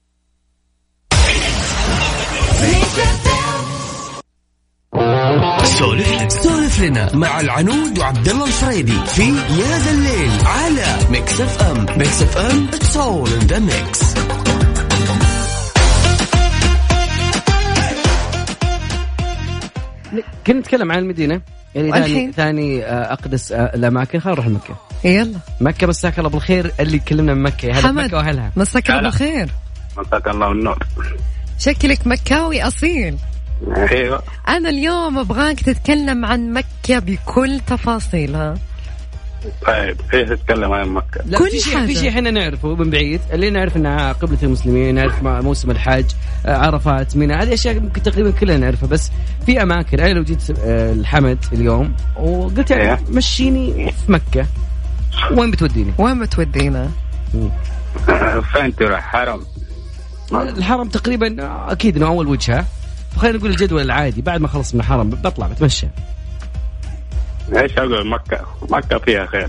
سولف لنا مع العنود وعبد الله الفريدي في يا ذا الليل على ميكس اف ام. ميكس اف ام it's all in the mix. كنا نتكلم عن المدينة يعني ثاني ثاني أقدس الأماكن. خلينا نروح لمكة. يلا مكة. مساك الله بالخير اللي يكلمنا من مكة. هلا مكة وأهلها. مساك الله بالخير. مساك الله والنور. شكلك مكاوي أصيل. ايوه. أنا اليوم أبغاك تتكلم عن مكة بكل تفاصيلها. طيب ايش تتكلم عن مكة؟ لا كل في شيء في شيء احنا نعرفه من بعيد، اللي نعرف انها قبلة المسلمين، نعرف موسم الحج، عرفات، منى، هذه اشياء ممكن تقريبا كلنا نعرفها. بس في اماكن انا لو جيت الحمد اليوم وقلت يعني مشيني في مكة، وين بتوديني؟ وين بتودينا؟ فين تروح؟ حرم. الحرم تقريبا اكيد انه اول وجهه. خلينا نقول الجدول العادي بعد ما خلص من الحرم بطلع بتمشى. ايش اقول؟ مكة مكة فيها خير.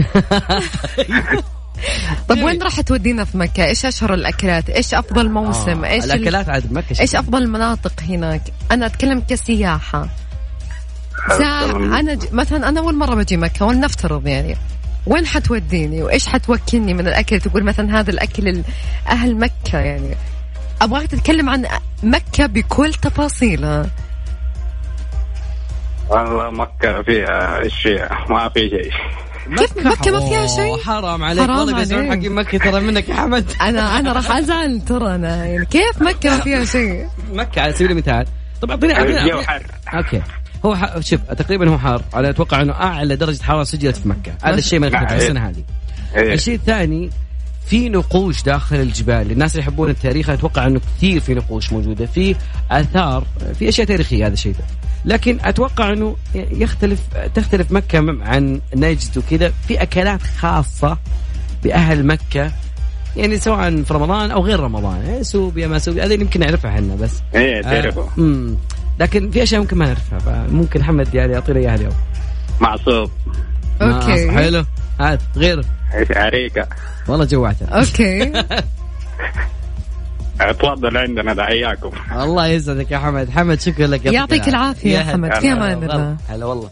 طب وين راح تودينا في مكة؟ ايش اشهر الاكلات؟ ايش افضل موسم؟ آه. ايش الاكلات عاد بمكة؟ ايش افضل المناطق هناك؟ انا اتكلم كسياحة. ساعة انا ج... مثلا انا اول مرة بجي مكة، ولنفترض يعني وين حتوديني وايش حتوكلني من الاكل؟ تقول مثلا هذا الاكل اهل مكة، يعني ابغاك تتكلم عن مكة بكل تفاصيلها. والله مكة فيها شيء ما في شيء. كيف مكة ما فيها شيء؟ حرام عليك والله بيسمعون حقين مكة ترى منك يا حمد. أنا أنا راح أزعل ترى أنا يعني كيف مكة ما فيها شيء؟ مكة على سبيل المثال طبعا أعطيني أوكي هو ح... شوف تقريبا هو حار. أنا أتوقع إنه أعلى درجة حرارة سجلت في مكة. هذا الشيء ما يختلف السنة هذه. الشيء الثاني في نقوش داخل الجبال. الناس اللي يحبون التاريخ أتوقع إنه كثير في نقوش موجودة في آثار في أشياء تاريخية هذا الشيء ده. لكن أتوقع إنه يختلف تختلف مكة عن نجد وكذا في أكلات خاصة بأهل مكة يعني سواء في رمضان أو غير رمضان يعني سوبيا ما سوبيا هذا يمكن نعرفها إحنا بس. إيه تعرفه. آه لكن في أشياء ممكن ما نعرفها فممكن محمد يعني يعطينا إياها اليوم. معصوب. أوكي. حلو. هات غيره. عريكة. والله جوعته. أوكي. تفضل عندنا دعياكم. الله يسعدك يا حمد. حمد شكرا لك يعطيك العافية يا حمد. في أمان الله. هلا والله.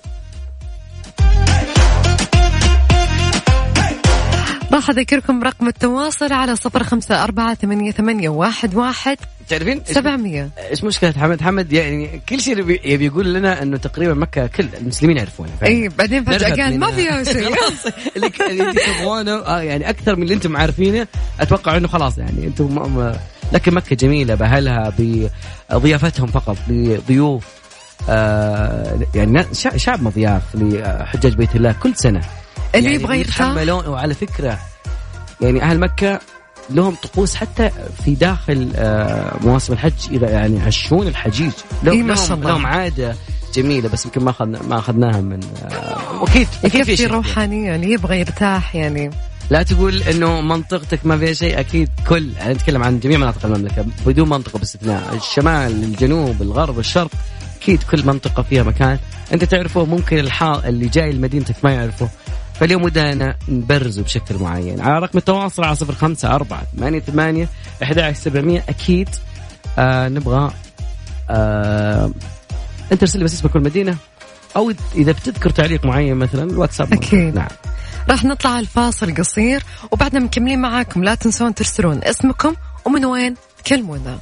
راح أذكركم رقم التواصل على صفر خمسة أربعة ثمانية ثمانية واحد واحد تعرفين سبعمية. إيش مشكلة حمد؟ حمد يعني كل شيء يبي يبي يقول لنا إنه تقريبا مكة كل المسلمين يعرفونه. إيه بعدين فجأة قال ما فيها شيء. اللي اللي تبغونه آه يعني أكثر من اللي أنتم عارفينه أتوقع إنه خلاص يعني أنتم. لكن مكة جميلة بأهلها بضيافتهم فقط بضيوف آه يعني شعب مضياف لحجاج بيت الله كل سنة. اللي يعني يبغى يتحملون. وعلى فكرة يعني أهل مكة لهم طقوس حتى في داخل مواسم الحج إذا يعني يعشون الحجيج لهم, لهم, لهم عادة جميلة بس يمكن ما أخذنا ما أخذناها من أكيد أكيد في روحانية اللي يبغى يرتاح يعني. لا تقول إنه منطقتك ما فيها شيء أكيد كل يعني نتكلم عن جميع مناطق المملكة بدون منطقة باستثناء الشمال الجنوب الغرب الشرق أكيد كل منطقة فيها مكان أنت تعرفه ممكن الحال اللي جاي لمدينتك ما يعرفه. فاليوم ودانا نبرزه بشكل معين على رقم التواصل على صفر خمسة أربعة ثمانية ثمانية أحد عشر سبعمية. أكيد آه نبغى آه أنت ترسل بس اسمك والمدينة أو إذا بتذكر تعليق معين مثلا الواتساب. أكيد. نعم. راح نطلع الفاصل قصير وبعدنا مكملين معاكم. لا تنسون ترسلون اسمكم ومن وين تكلمونا.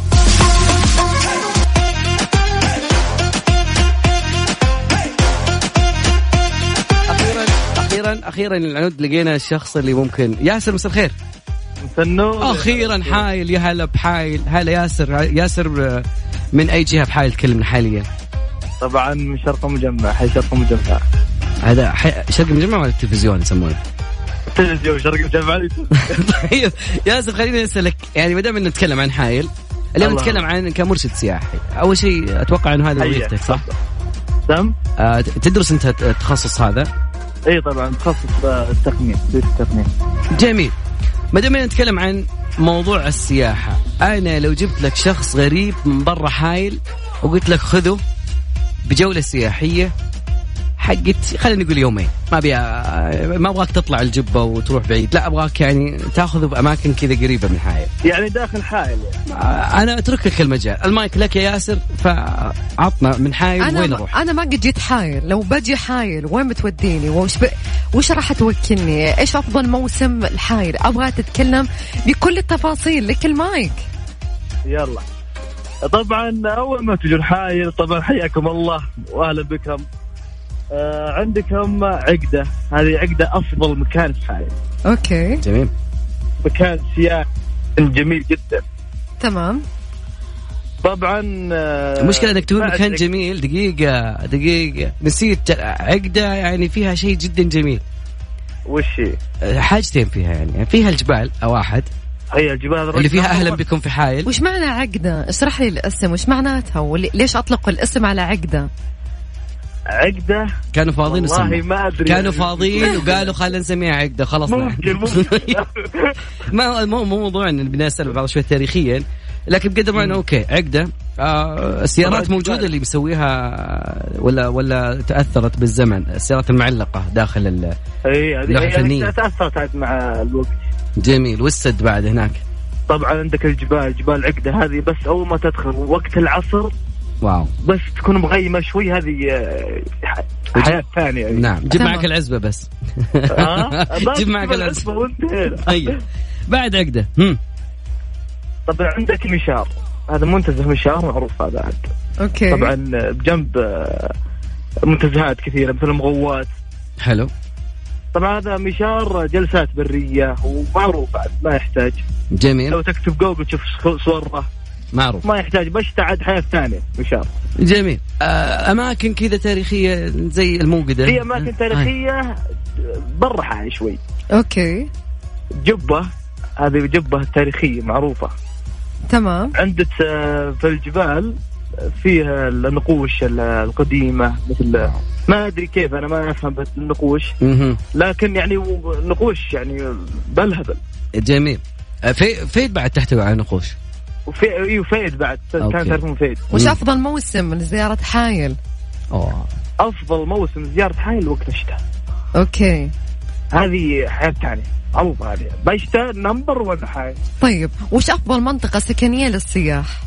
أخيرا أخيرا العنود لقينا الشخص اللي ممكن. ياسر مساء الخير. مسنون. أخيرا حايل يا هلا بحايل. هلا ياسر. ياسر من أي جهة بحايل تكلمنا حاليا؟ طبعا من شرق مجمع. حي شرق مجمع. هذا شرق مجمع ولا التلفزيون يسمونه؟ التلفزيون شرق مجمع. طيب ياسر خليني أسألك يعني ما دام نتكلم عن حايل اليوم نتكلم عن كمرشد سياحي. أول شيء أتوقع إنه هذا وظيفتك صح؟ تم. آه تدرس أنت التخصص هذا؟ اي طبعا تخصص التقنية التقنية. جميل. ما دام نتكلم عن موضوع السياحة أنا لو جبت لك شخص غريب من برا حايل وقلت لك خذه بجولة سياحية حقت خلينا نقول يومين ما بي ما أبغاك تطلع الجبة وتروح بعيد لا أبغاك يعني تأخذه بأماكن كذا قريبة من حايل يعني داخل حايل يعني. أنا أترك لك المجال. المايك لك يا ياسر فعطنا من حايل أنا وين أروح. أنا ما قد جيت حايل. لو بجي حايل وين بتوديني وش ب... وش راح توكلني إيش أفضل موسم الحايل أبغى تتكلم بكل التفاصيل. لك المايك. يلا طبعا أول ما تجون حايل طبعا حياكم الله وأهلا بكم. آه عندكم عقدة. هذه عقدة أفضل مكان في حايل. أوكي جميل. مكان سياحي جميل جدا. تمام. طبعا آه المشكلة انك تقول مكان جميل. دقيقة دقيقة نسيت عقدة يعني فيها شيء جدا جميل. وش هي؟ حاجتين فيها يعني فيها الجبال واحد هي الجبال اللي فيها أهلا بكم في حايل. وش معنى عقدة؟ اشرح لي الاسم وش معناتها وليش أطلقوا الاسم على عقدة؟ عقدة كانوا فاضيين والله ما أدري كانوا فاضيين وقالوا خلينا نسميها عقدة خلاص. ممكن ممكن. ما مو موضوع ان بدنا نسأل بعض شوي تاريخيا لكن بقدر ما انه اوكي عقدة. آه السيارات موجودة اللي بيسويها ولا ولا تأثرت بالزمن السيارات المعلقة داخل ال اي هذه تأثرت مع الوقت. جميل. والسد بعد هناك طبعا عندك الجبال جبال عقدة هذه بس أول ما تدخل وقت العصر واو بس تكون مغيمة شوي هذه حياة ثانية. نعم جيب معك العزبة بس. جيب معك العزبة وانت. طيب بعد عقدة. طبعا عندك مشار. هذا منتزه مشار معروف هذا عاد. اوكي. طبعا بجنب منتزهات كثيرة مثل مغوات. حلو. طبعا هذا مشار جلسات برية ومعروف بعد ما يحتاج. جميل. لو تكتب جوجل تشوف صورة معروف ما يحتاج بشتى عاد حياة ثانية مشار. جميل. أماكن كذا تاريخية زي الموقدة. في أماكن تاريخية برا حالي شوي. أوكي. جبة، هذه جبة تاريخية معروفة. تمام. عندك في الجبال فيها النقوش القديمة مثل ما أدري كيف أنا ما أفهم بالنقوش لكن يعني نقوش يعني بالهبل. جميل. في فيد بعد تحتوي على نقوش. وفي ايوه فيد بعد كان تعرفون فيد. وش افضل موسم لزيارة حايل؟ أوه. افضل موسم لزيارة حايل وقت الشتاء. اوكي. هذه حياة ثانية معروفة هذه بشتاء نمبر ولا حايل. طيب وش افضل منطقة سكنية للسياح؟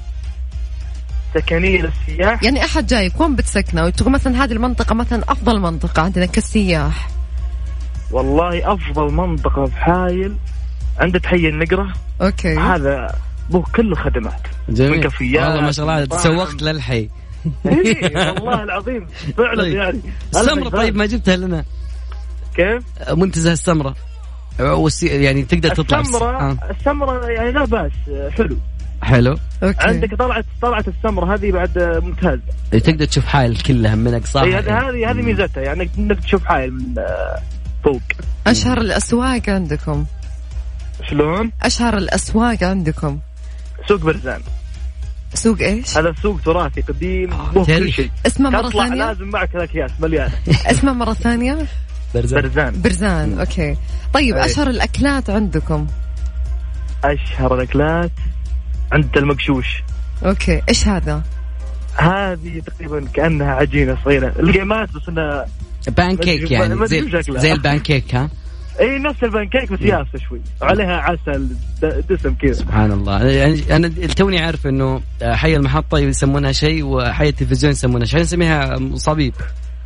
سكنية للسياح يعني احد جايك وين بتسكنه وتقول مثلا هذه المنطقة مثلا افضل منطقة عندنا كسياح؟ والله افضل منطقة في حايل عندك حي النقرة. اوكي. هذا مو كل الخدمات. جميل. والله ما شاء الله تسوقت للحي. إيه والله العظيم فعلا. طيب. يعني السمرة طيب ما جبتها لنا كيف؟ منتزه السمرة يعني تقدر تطلع السمرة. آه. السمرة يعني لا بأس حلو. حلو. أوكي. عندك طلعت طلعت السمرة هذه بعد ممتازة. تقدر تشوف حائل كلها من أقصاها. هذه هذه هذه ميزتها يعني إنك تشوف حائل من فوق. أشهر الأسواق عندكم؟ شلون؟ أشهر الأسواق عندكم؟ سوق برزان. سوق إيش؟ هذا سوق تراثي قديم مو كل شيء. اسمه مرة ثانية؟ لازم معك الأكياس مليانة. اسمه مرة ثانية؟ برزان. برزان. برزان. أوكي. طيب أي. أشهر الأكلات عندكم؟ أشهر الأكلات عند المقشوش. أوكي. إيش هذا؟ هذه تقريبا كأنها عجينة صغيرة القيمات بس إنها بانكيك يعني زي, زي البانكيك. ها اي نفس البانكيك بس يافسه شوي عليها عسل دسم كذا. سبحان الله. يعني انا توني عارف انه حي المحطه يسمونها شيء وحي التلفزيون يسمونها شيء نسميها مصابيب.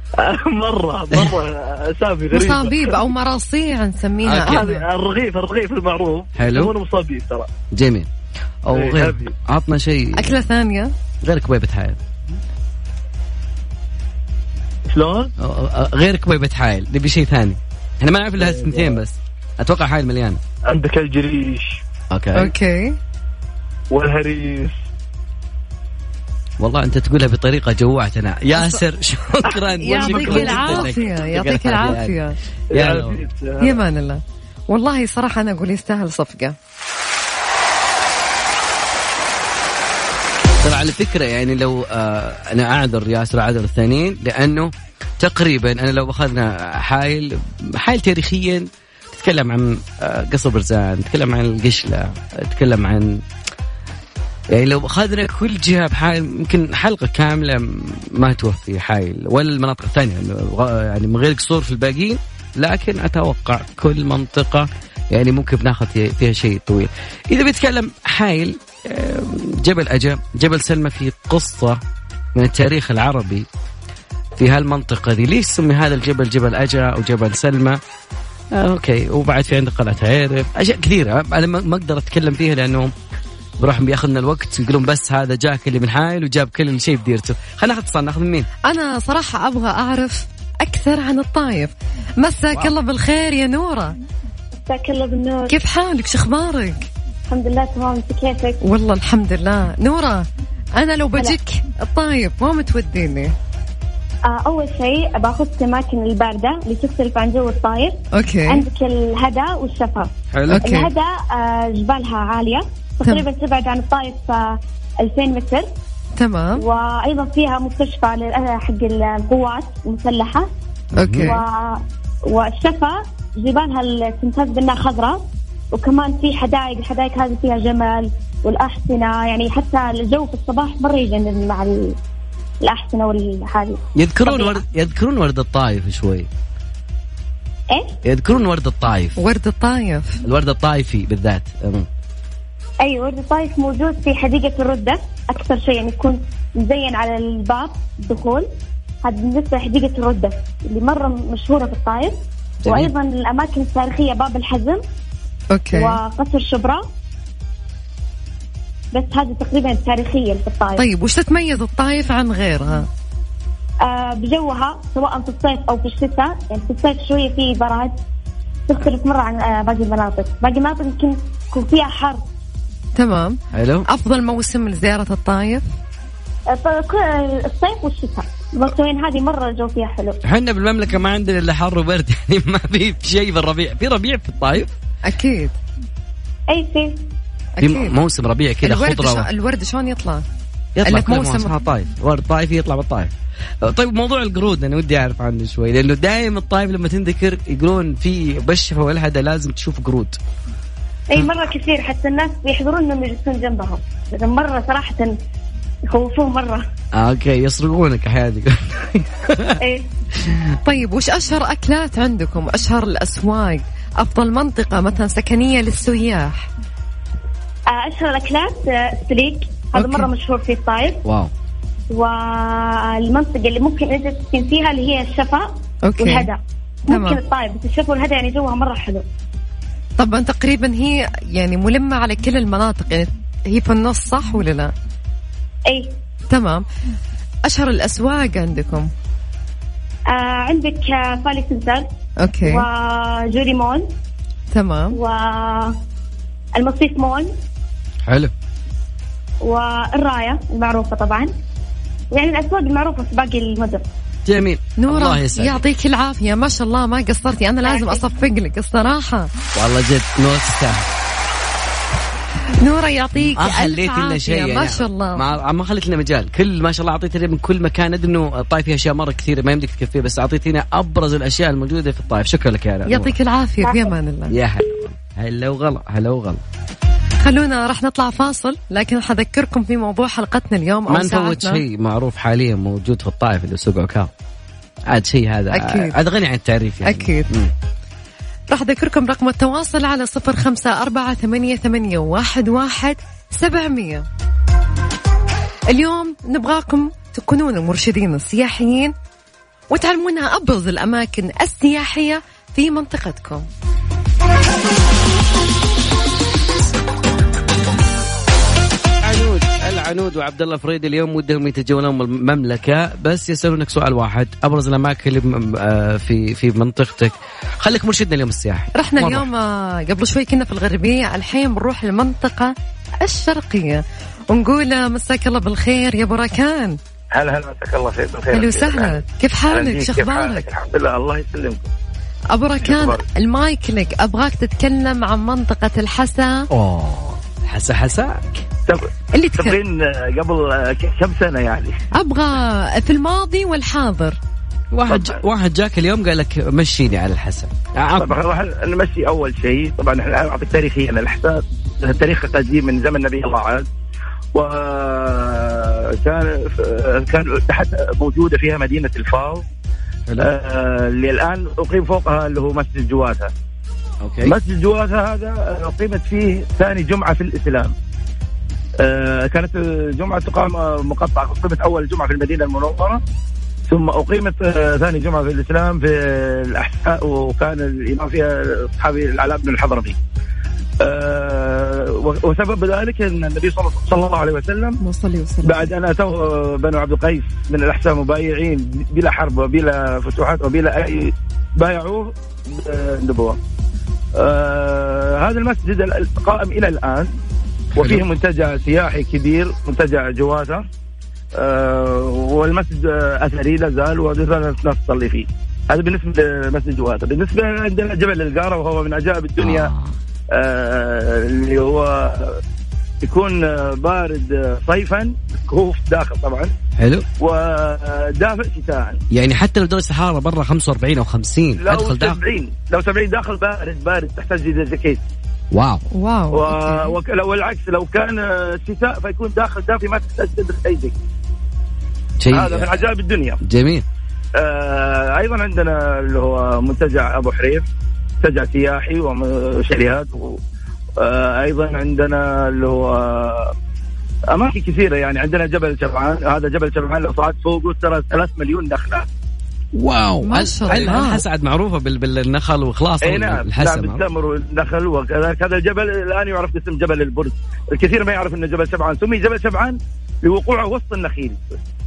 مره مره اسامي غريبه. مصابيب او مراصيع نسميها. هذه الرغيف الرغيف المعروف يسمونه مصابيب ترى. جميل. او غير عطنا شيء اكله ثانيه غير كبيبه حائل. شلون؟ غير كبيبه حائل نبي شيء ثاني. احنا ما نعرف لها سنتين بس اتوقع حائل مليانه. عندك الجريش. اوكي. اوكي. والهريس. والله انت تقولها بطريقه جوعتنا ياسر. شكرا. يعطيك العافيه. يعطيك العافيه. يا مان الله. والله صراحه انا اقول يستاهل صفقه. ترى على فكره يعني لو آه انا اعذر ياسر اعذر الثانيين لانه تقريبا أنا لو أخذنا حائل حائل تاريخيا تتكلم عن قصر برزان، تتكلم عن القشلة، تتكلم عن يعني لو أخذنا كل جهة بحائل يمكن حلقة كاملة ما توفي حائل ولا المناطق الثانية يعني من غير قصور في الباقيين. لكن أتوقع كل منطقة يعني ممكن بناخذ فيها شيء طويل. إذا بيتكلم حائل جبل أجا جبل سلمى في قصة من التاريخ العربي في هالمنطقة دي. ليش سمي هذا الجبل جبل أجا أو جبل سلمى؟ آه أوكي. وبعد في عندك قلعة عيرف أشياء كثيرة أنا ما أقدر أتكلم فيها لأنه بروح بياخذنا الوقت يقولون بس هذا جاك اللي من حائل وجاب كل شيء بديرته. خلينا ناخذ اتصال. ناخذ من مين؟ أنا صراحة أبغى أعرف أكثر عن الطايف. مساك الله بالخير يا نورة. مساك الله بالنور. كيف حالك؟ شو أخبارك؟ الحمد لله تمام. أنت كيفك؟ والله الحمد لله. نورة أنا لو بجيك الطايف ما متوديني؟ أول شيء باخذ الأماكن الباردة اللي تختلف عن جو الطايف. أوكي. عندك الهدى والشفا. حلو. أوكي. الهدى جبالها عالية تقريبا تبعد عن الطايف ألفين متر. تمام. وأيضا فيها مستشفى حق القوات المسلحة. أوكي. و... والشفا جبالها اللي تمتاز بأنها خضراء وكمان في حدائق. الحدائق هذه فيها جمل والأحسنة يعني حتى الجو في الصباح مرة يجنن مع ال... الأحسنة والحالي. يذكرون ورد يذكرون ورد الطايف شوي. إيه؟ يذكرون ورد الطايف. ورد الطايف. الورد الطايفي بالذات. أي ورد الطايف موجود في حديقة الردة أكثر شيء يعني يكون مزين على الباب الدخول. هذا بالنسبة لحديقة الردة اللي مرة مشهورة في الطايف. جميل. وأيضا الأماكن التاريخية باب الحزم. أوكي. وقصر شبرا. بس هذه تقريبا التاريخية اللي في الطايف. طيب وش تتميز الطايف عن غيرها؟ آه بجوها سواء في الصيف أو في الشتاء. يعني في الصيف شوية فيه براد، تختلف مرة عن آه باقي المناطق. باقي المناطق يمكن يكون فيها حر. تمام. حلو. أفضل موسم لزيارة الطايف؟ الصيف والشتاء، الموسمين هذه مرة الجو فيها حلو. احنا بالمملكة ما عندنا إلا حر وبرد، يعني ما في شيء في الربيع. في ربيع في الطايف؟ أكيد. أي في. أكيد. موسم ربيع كذا خضرة. شو... الورد شلون يطلع؟ يطلع في موسم الطايف. ورد طايفي يطلع بالطايف. طيب موضوع القرود أنا ودي أعرف عنه شوي، لأنه دائما الطايف لما تنذكر يقولون في بالشفا والهدى لازم تشوف قرود. أي مرة كثير، حتى الناس بيحضرون إنهم يجلسون جنبهم، لأن مرة صراحة يخوفون مرة. آه أوكي، يسرقونك أحيانا. إيه. طيب وش أشهر أكلات عندكم؟ أشهر الأسواق؟ أفضل منطقة مثلا سكنية للسياح؟ أشهر الأكلات السليك، هذا مرة مشهور في الطايف. واو. والمنطقة اللي ممكن أنت تسكن فيها اللي هي الشفا والهدى. ممكن الطايف، بس الشفا والهدى يعني جوها مرة حلو. طبعا تقريبا هي يعني ملمة على كل المناطق، يعني هي في النص صح ولا لا؟ أي. تمام. أشهر الأسواق عندكم؟ آه عندك فالي سنتر. أوكي. وجوري مول. تمام. والمصيف مول. حلو. والراية المعروفة طبعا، يعني الأسواق المعروفة في باقي المدن. جميل. نورة يعطيك العافية، ما شاء الله ما قصرتي، أنا لازم أصفق لك الصراحة. والله جد نورة تستاهل. نورة يعطيك ما خليت لنا شيء ما شاء الله، ما ما خليت لنا مجال. كل ما شاء الله أعطيتنا من كل مكان. أدري إنه الطايف فيها أشياء مرة كثيرة ما يمديك تكفيه، بس أعطيتنا أبرز الأشياء الموجودة في الطايف. شكرا لك يا نورة. يعطيك العافية، في أمان الله. يا هلا هلا وغلا هلا وغلا. خلونا راح نطلع فاصل، لكن حذكركم في موضوع حلقتنا اليوم. ما نفوت شيء معروف حاليا موجود في الطايف اللي سوق عكاظ. عاد شيء هذا أكيد. عاد غني عن التعريف يعني. أكيد. مم. راح أذكركم رقم التواصل على صفر خمسة أربعة ثمانية ثمانية واحد واحد سبعمية. اليوم نبغاكم تكونون المرشدين السياحيين وتعلمونا أبرز الأماكن السياحية في منطقتكم. العنود العنود وعبد الله فريد اليوم ودهم يتجولون المملكة، بس يسألونك سؤال واحد: أبرز الأماكن اللي في في منطقتك. خليك مرشدنا اليوم السياحي. رحنا مرة. اليوم قبل شوي كنا في الغربية، الحين بنروح المنطقة الشرقية ونقول مساك الله بالخير يا بركان. هلا هلا مساك الله خير بالخير. هلا وسهلا، كيف حالك؟ شخبارك؟ الحمد لله الله يسلمك. أبو ركان المايك لك، أبغاك تتكلم عن منطقة الحسا. أوه حسا حساك اللي تكلم قبل كم سنة يعني. أبغى في الماضي والحاضر. واحد طبعا. واحد جاك اليوم قال لك مشيني على الحسا. طبعا راح نمشي أول شيء. طبعا احنا نعطيك تاريخيا الحسا التاريخ القديم من زمن النبي الله عاد، وكان كان تحت موجودة فيها مدينة الفاو آه اللي الآن أقيم فوقها اللي هو مسجد جواثة. أوكي. مسجد جواثة هذا أقيمت فيه ثاني جمعة في الإسلام. آه كانت الجمعة تقام مقطعة، أقيمت أول جمعة في المدينة المنورة، ثم أقيمت آه ثاني جمعة في الإسلام في الأحساء، وكان الإمام فيها الصحابي العلاء بن الحضرمي. أه وسبب ذلك أن النبي صلى الله عليه وسلم بعد أن أتوه بنو عبد القيس من الأحساء مبايعين بلا حرب وبلا فتوحات وبلا أي، بايعوه النبوة. أه هذا المسجد القائم إلى الآن، وفيه منتجع سياحي كبير، منتجع جواثة. أه والمسجد أثري لازال وزال الناس تصلي فيه. هذا بالنسبة لمسجد جواثة. بالنسبة عندنا جبل القارة، وهو من عجائب الدنيا. آه. آه اللي هو يكون بارد صيفا، كهوف داخل طبعا. حلو. ودافئ شتاء. يعني حتى لو درجة الحرارة برا خمسة وأربعين أو خمسين لو أدخل داخل سبعين، لو سبعين داخل بارد بارد تحتاج إلى جاكيت. واو واو. و... والعكس لو كان شتاء فيكون داخل دافئ ما تحتاج تدرس أي شيء. هذا من عجائب الدنيا. جميل. آه أيضا عندنا اللي هو منتجع أبو حريف، منتجع سياحي وشاليهات. آه أيضا عندنا اللي هو أماكن كثيرة، يعني عندنا جبل شبعان. هذا جبل شبعان لو صعدت فوقه ترى ثلاث مليون نخلة. واو ما شاء الله. الحسا معروفة بالنخل وخلاص. اي نعم. نعم بالتمر والنخل. وكذلك هذا الجبل الآن يعرف باسم جبل البرج. الكثير ما يعرف أن جبل شبعان سمي جبل شبعان لوقوعه وسط النخيل.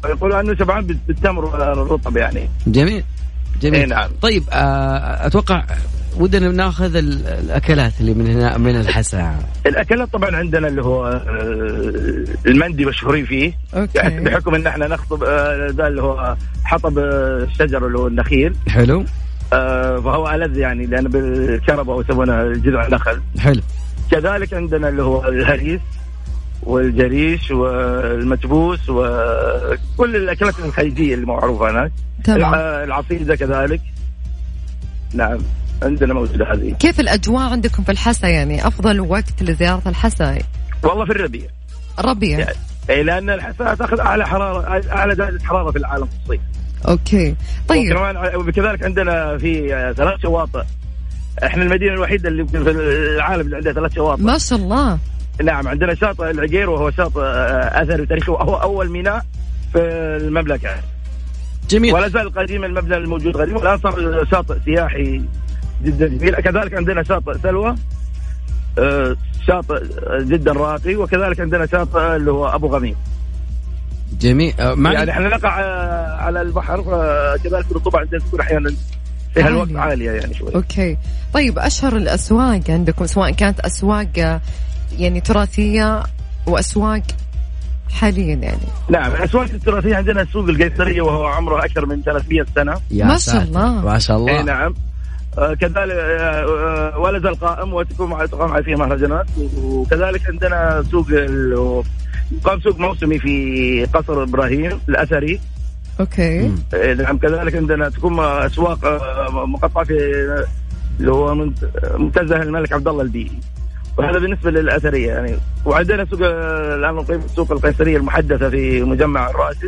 يقولوا انه شبعان بالتمر والرطب يعني. جميل جميل. إيه نعم. طيب آه اتوقع ودنا ناخذ الاكلات اللي من هنا من الحسا. الاكلات طبعا عندنا اللي هو المندي مشهورين فيه. أوكي. يعني بحكم ان احنا نخطب ده اللي هو حطب الشجر اللي هو النخيل. حلو. آه فهو ألذ يعني لأنه بالكربة ويسمونه جذع النخل. حلو. كذلك عندنا اللي هو الهريس والجريش والمتبوس وكل الأكلات الخليجية اللي معروفة هناك. تمام. العصيدة كذلك. نعم عندنا موجودة هذه. كيف الأجواء عندكم في الحسا يعني أفضل وقت لزيارة الحسا؟ والله في الربيع. الربيع. يعني إيه لأن الحسا تأخذ أعلى حرارة أعلى درجة حرارة في العالم في الصيف. أوكي طيب. وكمان وكذلك عندنا في ثلاث شواطئ. احنا المدينة الوحيدة اللي في العالم اللي عندها ثلاث شواطئ. ما شاء الله. نعم عندنا شاطئ العقير وهو شاطئ أثري وتاريخي وهو أول ميناء في المملكة. جميل. ولا زال قديم المبنى الموجود قديم والآن صار شاطئ سياحي جدا جميل. كذلك عندنا شاطئ سلوى شاطئ جدا راقي وكذلك عندنا شاطئ اللي هو أبو غميم. جميل. يعني احنا نقع على البحر كذلك الرطوبة عندنا تكون أحيانا فيها الوقت عالية يعني شوي. أوكي طيب أشهر الأسواق عندكم سواء كانت أسواق يعني تراثية وأسواق حاليا يعني؟ نعم الأسواق التراثية عندنا السوق القيصرية وهو عمره أكثر من ثلاثمية سنة. ما شاء الله ما شاء الله. اي نعم. آه كذلك آه ولا زال قائم وتقوم تقام فيه مهرجانات. وكذلك عندنا سوق قام سوق موسمي في قصر إبراهيم الأثري. اوكي. نعم كذلك عندنا تكون أسواق مقطعة في اللي هو منتزه الملك عبد الله البيئي وهذا بالنسبة للأثرية يعني. وعندنا سوق الآن نقيم السوق القيصرية المحدثة في مجمع الراشد.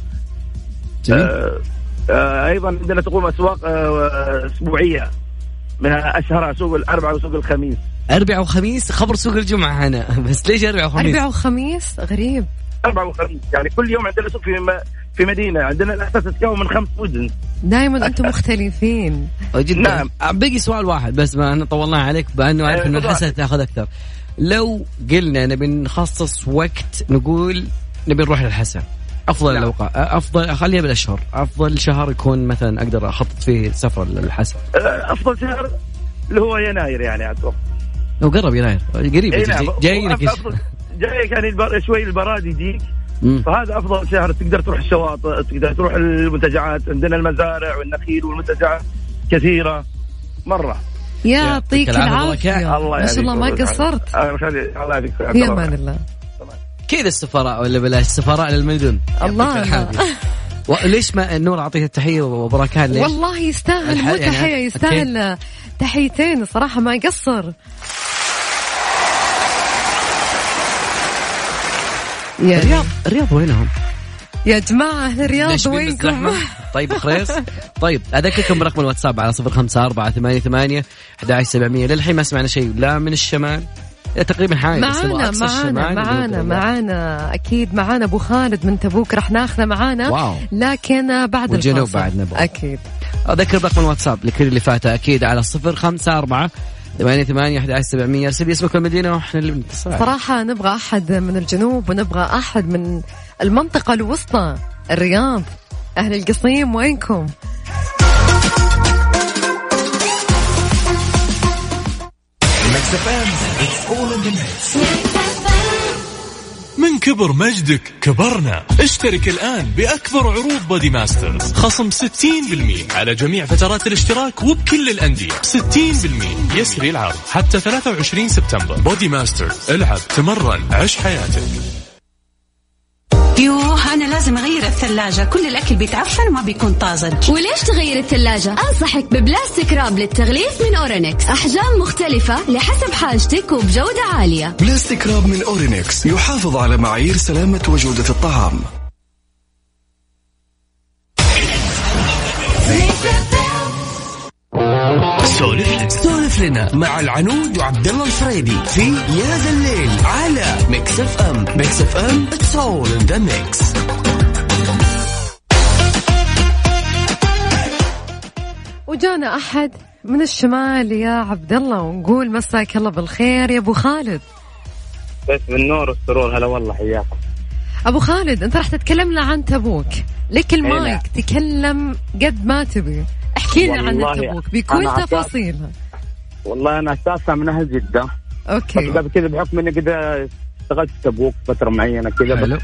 آه آه أيضا عندنا تقوم أسواق آه أسبوعية منها أشهرها سوق الأربعاء وسوق الخميس. أربعاء وخميس خبر سوق الجمعة هنا بس ليش أربعاء وخميس؟ أربعاء وخميس غريب. أربعاء وخميس يعني كل يوم عندنا سوق في في مدينة. عندنا الأساس تتكون من خمس مدن. دائما أنتم مختلفين. جدا. نعم. بقي سؤال واحد بس ما أنا طولنا عليك بأنه عارف إنه الحسا تأخذ أكثر. لو قلنا نبي نخصص وقت نقول نبي نروح للحسا أفضل نعم. الأوقات أفضل خليها بالأشهر أفضل شهر يكون مثلا أقدر أخطط فيه سفر للحسا. أفضل شهر اللي هو يناير يعني أتوقع. لو قرب يناير قريب إيه نعم. جايينك جايك يعني البر... شوي البراد يجيك. فهذا أفضل شهر تقدر تروح الشواطئ تقدر تروح المنتجعات. عندنا المزارع والنخيل والمنتجعات كثيرة مرة. يعطيك العافية. الله ما شاء الله ما قصرت. الله يعافيك. في أمان الله. كذا السفراء ولا بلاش السفراء للمدن. الله ليش ما نور أعطيه التحية وبركات ليش؟ والله يستاهل مو تحية يستاهل تحيتين الصراحة ما قصر. يا الرياض الرياض وينهم يا جماعة أهل الرياض وينكم؟ طيب خريص. طيب أذكركم برقم الواتساب على صفر خمسة أربعة ثمانية ثمانية أحد عشر سبعمية. للحين ما سمعنا شيء لا من الشمال تقريبا حاجة معانا معانا معانا معانا أكيد معانا أبو خالد من تبوك رح ناخذه معانا. واو. لكن بعد الجنوب بعد نبغى أكيد. أذكر برقم الواتساب لكل اللي فاته أكيد على صفر خمسة أربعة ثمانية ثمانية أحد عشر سبعمية. أرسل اسمك المدينة وإحنا اللي بنتصل. صراحة نبغى أحد من الجنوب ونبغى أحد من المنطقة الوسطى الرياض. أهل القصيم وينكم؟ من كبر مجدك كبرنا. اشترك الآن بأكبر عروض بودي ماسترز خصم ستين بالمئة على جميع فترات الاشتراك وبكل الأندية. ستين بالمئة يسري العرض حتى ثلاثة وعشرين سبتمبر. بودي ماسترز العب تمرن عش حياتك. يوه أنا لازم أغير الثلاجة كل الأكل بيتعفن وما بيكون طازج. وليش تغير الثلاجة؟ أنصحك ببلاستيك راب للتغليف من أورينكس. أحجام مختلفة لحسب حاجتك وبجودة عالية. بلاستيك راب من أورينكس يحافظ على معايير سلامة وجودة الطعام. سولف لنا مع العنود وعبد الله الفريدي في يا ذا الليل على ميكس اف ام. ميكس اف ام it's all in the mix. وجانا أحد من الشمال يا عبد الله ونقول مساك الله بالخير يا أبو خالد. بس بالنور والسرور. هلا والله حياكم. أبو خالد أنت راح تتكلم لنا عن تبوك، لك المايك تكلم قد ما تبي، احكي لنا عن تبوك بكل تفاصيلها. والله أنا أساسا من أهل جدة. أوكي. بس كذا بحكم إني كذا اشتغلت في تبوك فترة معينة كذا. حلو.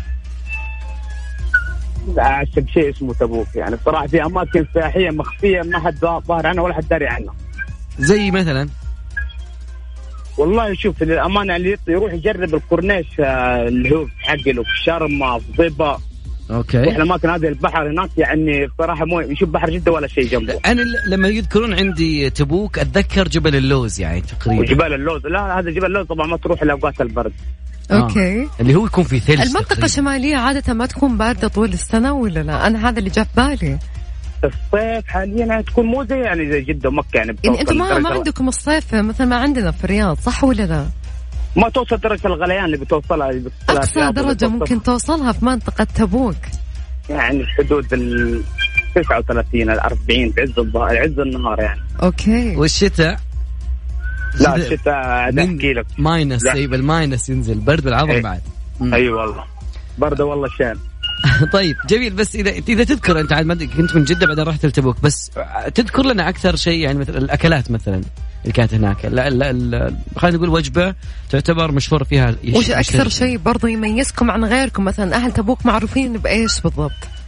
أعشق شيء اسمه تبوك، يعني بصراحة في أماكن سياحية مخفية ما حد ظاهر عنها ولا حد داري عنها. زي مثلا؟ والله شوف الأمانة اللي يروح يجرب الكورنيش اللي هو حق له في شرم في ضبا. اوكي. والاماكن هذه البحر هناك يعني بصراحه مو يشوف بحر جدة ولا شيء جنبه. انا لما يذكرون عندي تبوك اتذكر جبل اللوز يعني تقريبا. وجبال اللوز لا هذا جبل اللوز طبعا ما تروح الا اوقات البرد. اوكي. آه. اللي هو يكون في ثلج. المنطقه الشماليه عاده ما تكون بارده طول السنه ولا لا؟ انا هذا اللي جاء في بالي. الصيف حاليا يعني تكون مو زي يعني زي جدة ومكة يعني. يعني انتم ما ما عندكم الصيف مثل ما عندنا في الرياض صح ولا لا؟ ما توصل درجة الغليان اللي بتوصلها. اللي بتوصلها أقصى درجة ممكن توصلها في منطقة تبوك يعني حدود ال تسعة وثلاثين الأربعين بعز الظهر عز النهار يعني. أوكي. والشتاء؟ لا الشتاء أحكي لك ماينس. أي بالماينس ينزل برد بالعظم أي. بعد. أي أيوة والله برد والله شان. طيب جميل. بس إذا إذا تذكر أنت عاد كنت من جدة بعدين رحت لتبوك، بس تذكر لنا أكثر شيء يعني مثل الأكلات مثلا اللي كانت هناك. لا لا, لا خلينا نقول وجبة تعتبر مشهور فيها. وش أكثر شيء برضو يميزكم عن غيركم؟ مثلا أهل تبوك معروفين بإيش بالضبط؟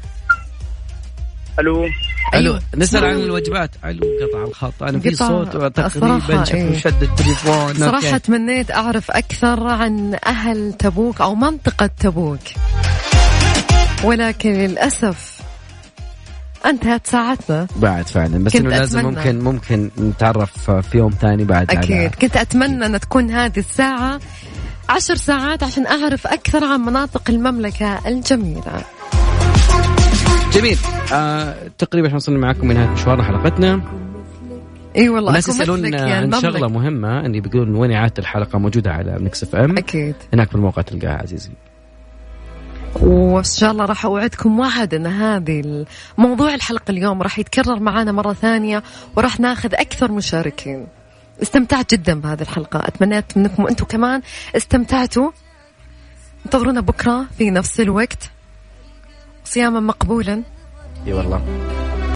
ألو ألو أيوة. نسأل عن الوجبات. ألو قطع الخط أنا في صوت تقريبا إيه. شد التليفون. صراحة تمنيت أعرف أكثر عن أهل تبوك أو منطقة تبوك، ولكن للأسف انتهت ساعتنا بعد فعلا. بس إنه لازم ممكن ممكن نتعرف في يوم ثاني بعد. أكيد على... كنت أتمنى أن تكون هذه الساعة عشر ساعات عشان أعرف أكثر عن مناطق المملكة الجميلة. جميل. آه، تقريبا احنا وصلنا معكم من نهاية مشوارنا حلقتنا. اي والله. الناس يسألون عن شغلة مهمة اللي بيقولون وين إعادة الحلقة موجودة على ميكس اف ام. أكيد هناك في الموقع تلقاها عزيزي. وإن شاء الله راح أوعدكم وعد أن هذه الموضوع الحلقة اليوم راح يتكرر معنا مرة ثانية وراح ناخذ أكثر مشاركين. استمتعت جدا بهذه الحلقة، أتمنيت منكم أنتم كمان استمتعتوا. انتظرونا بكرة في نفس الوقت صياما مقبولا. اي والله.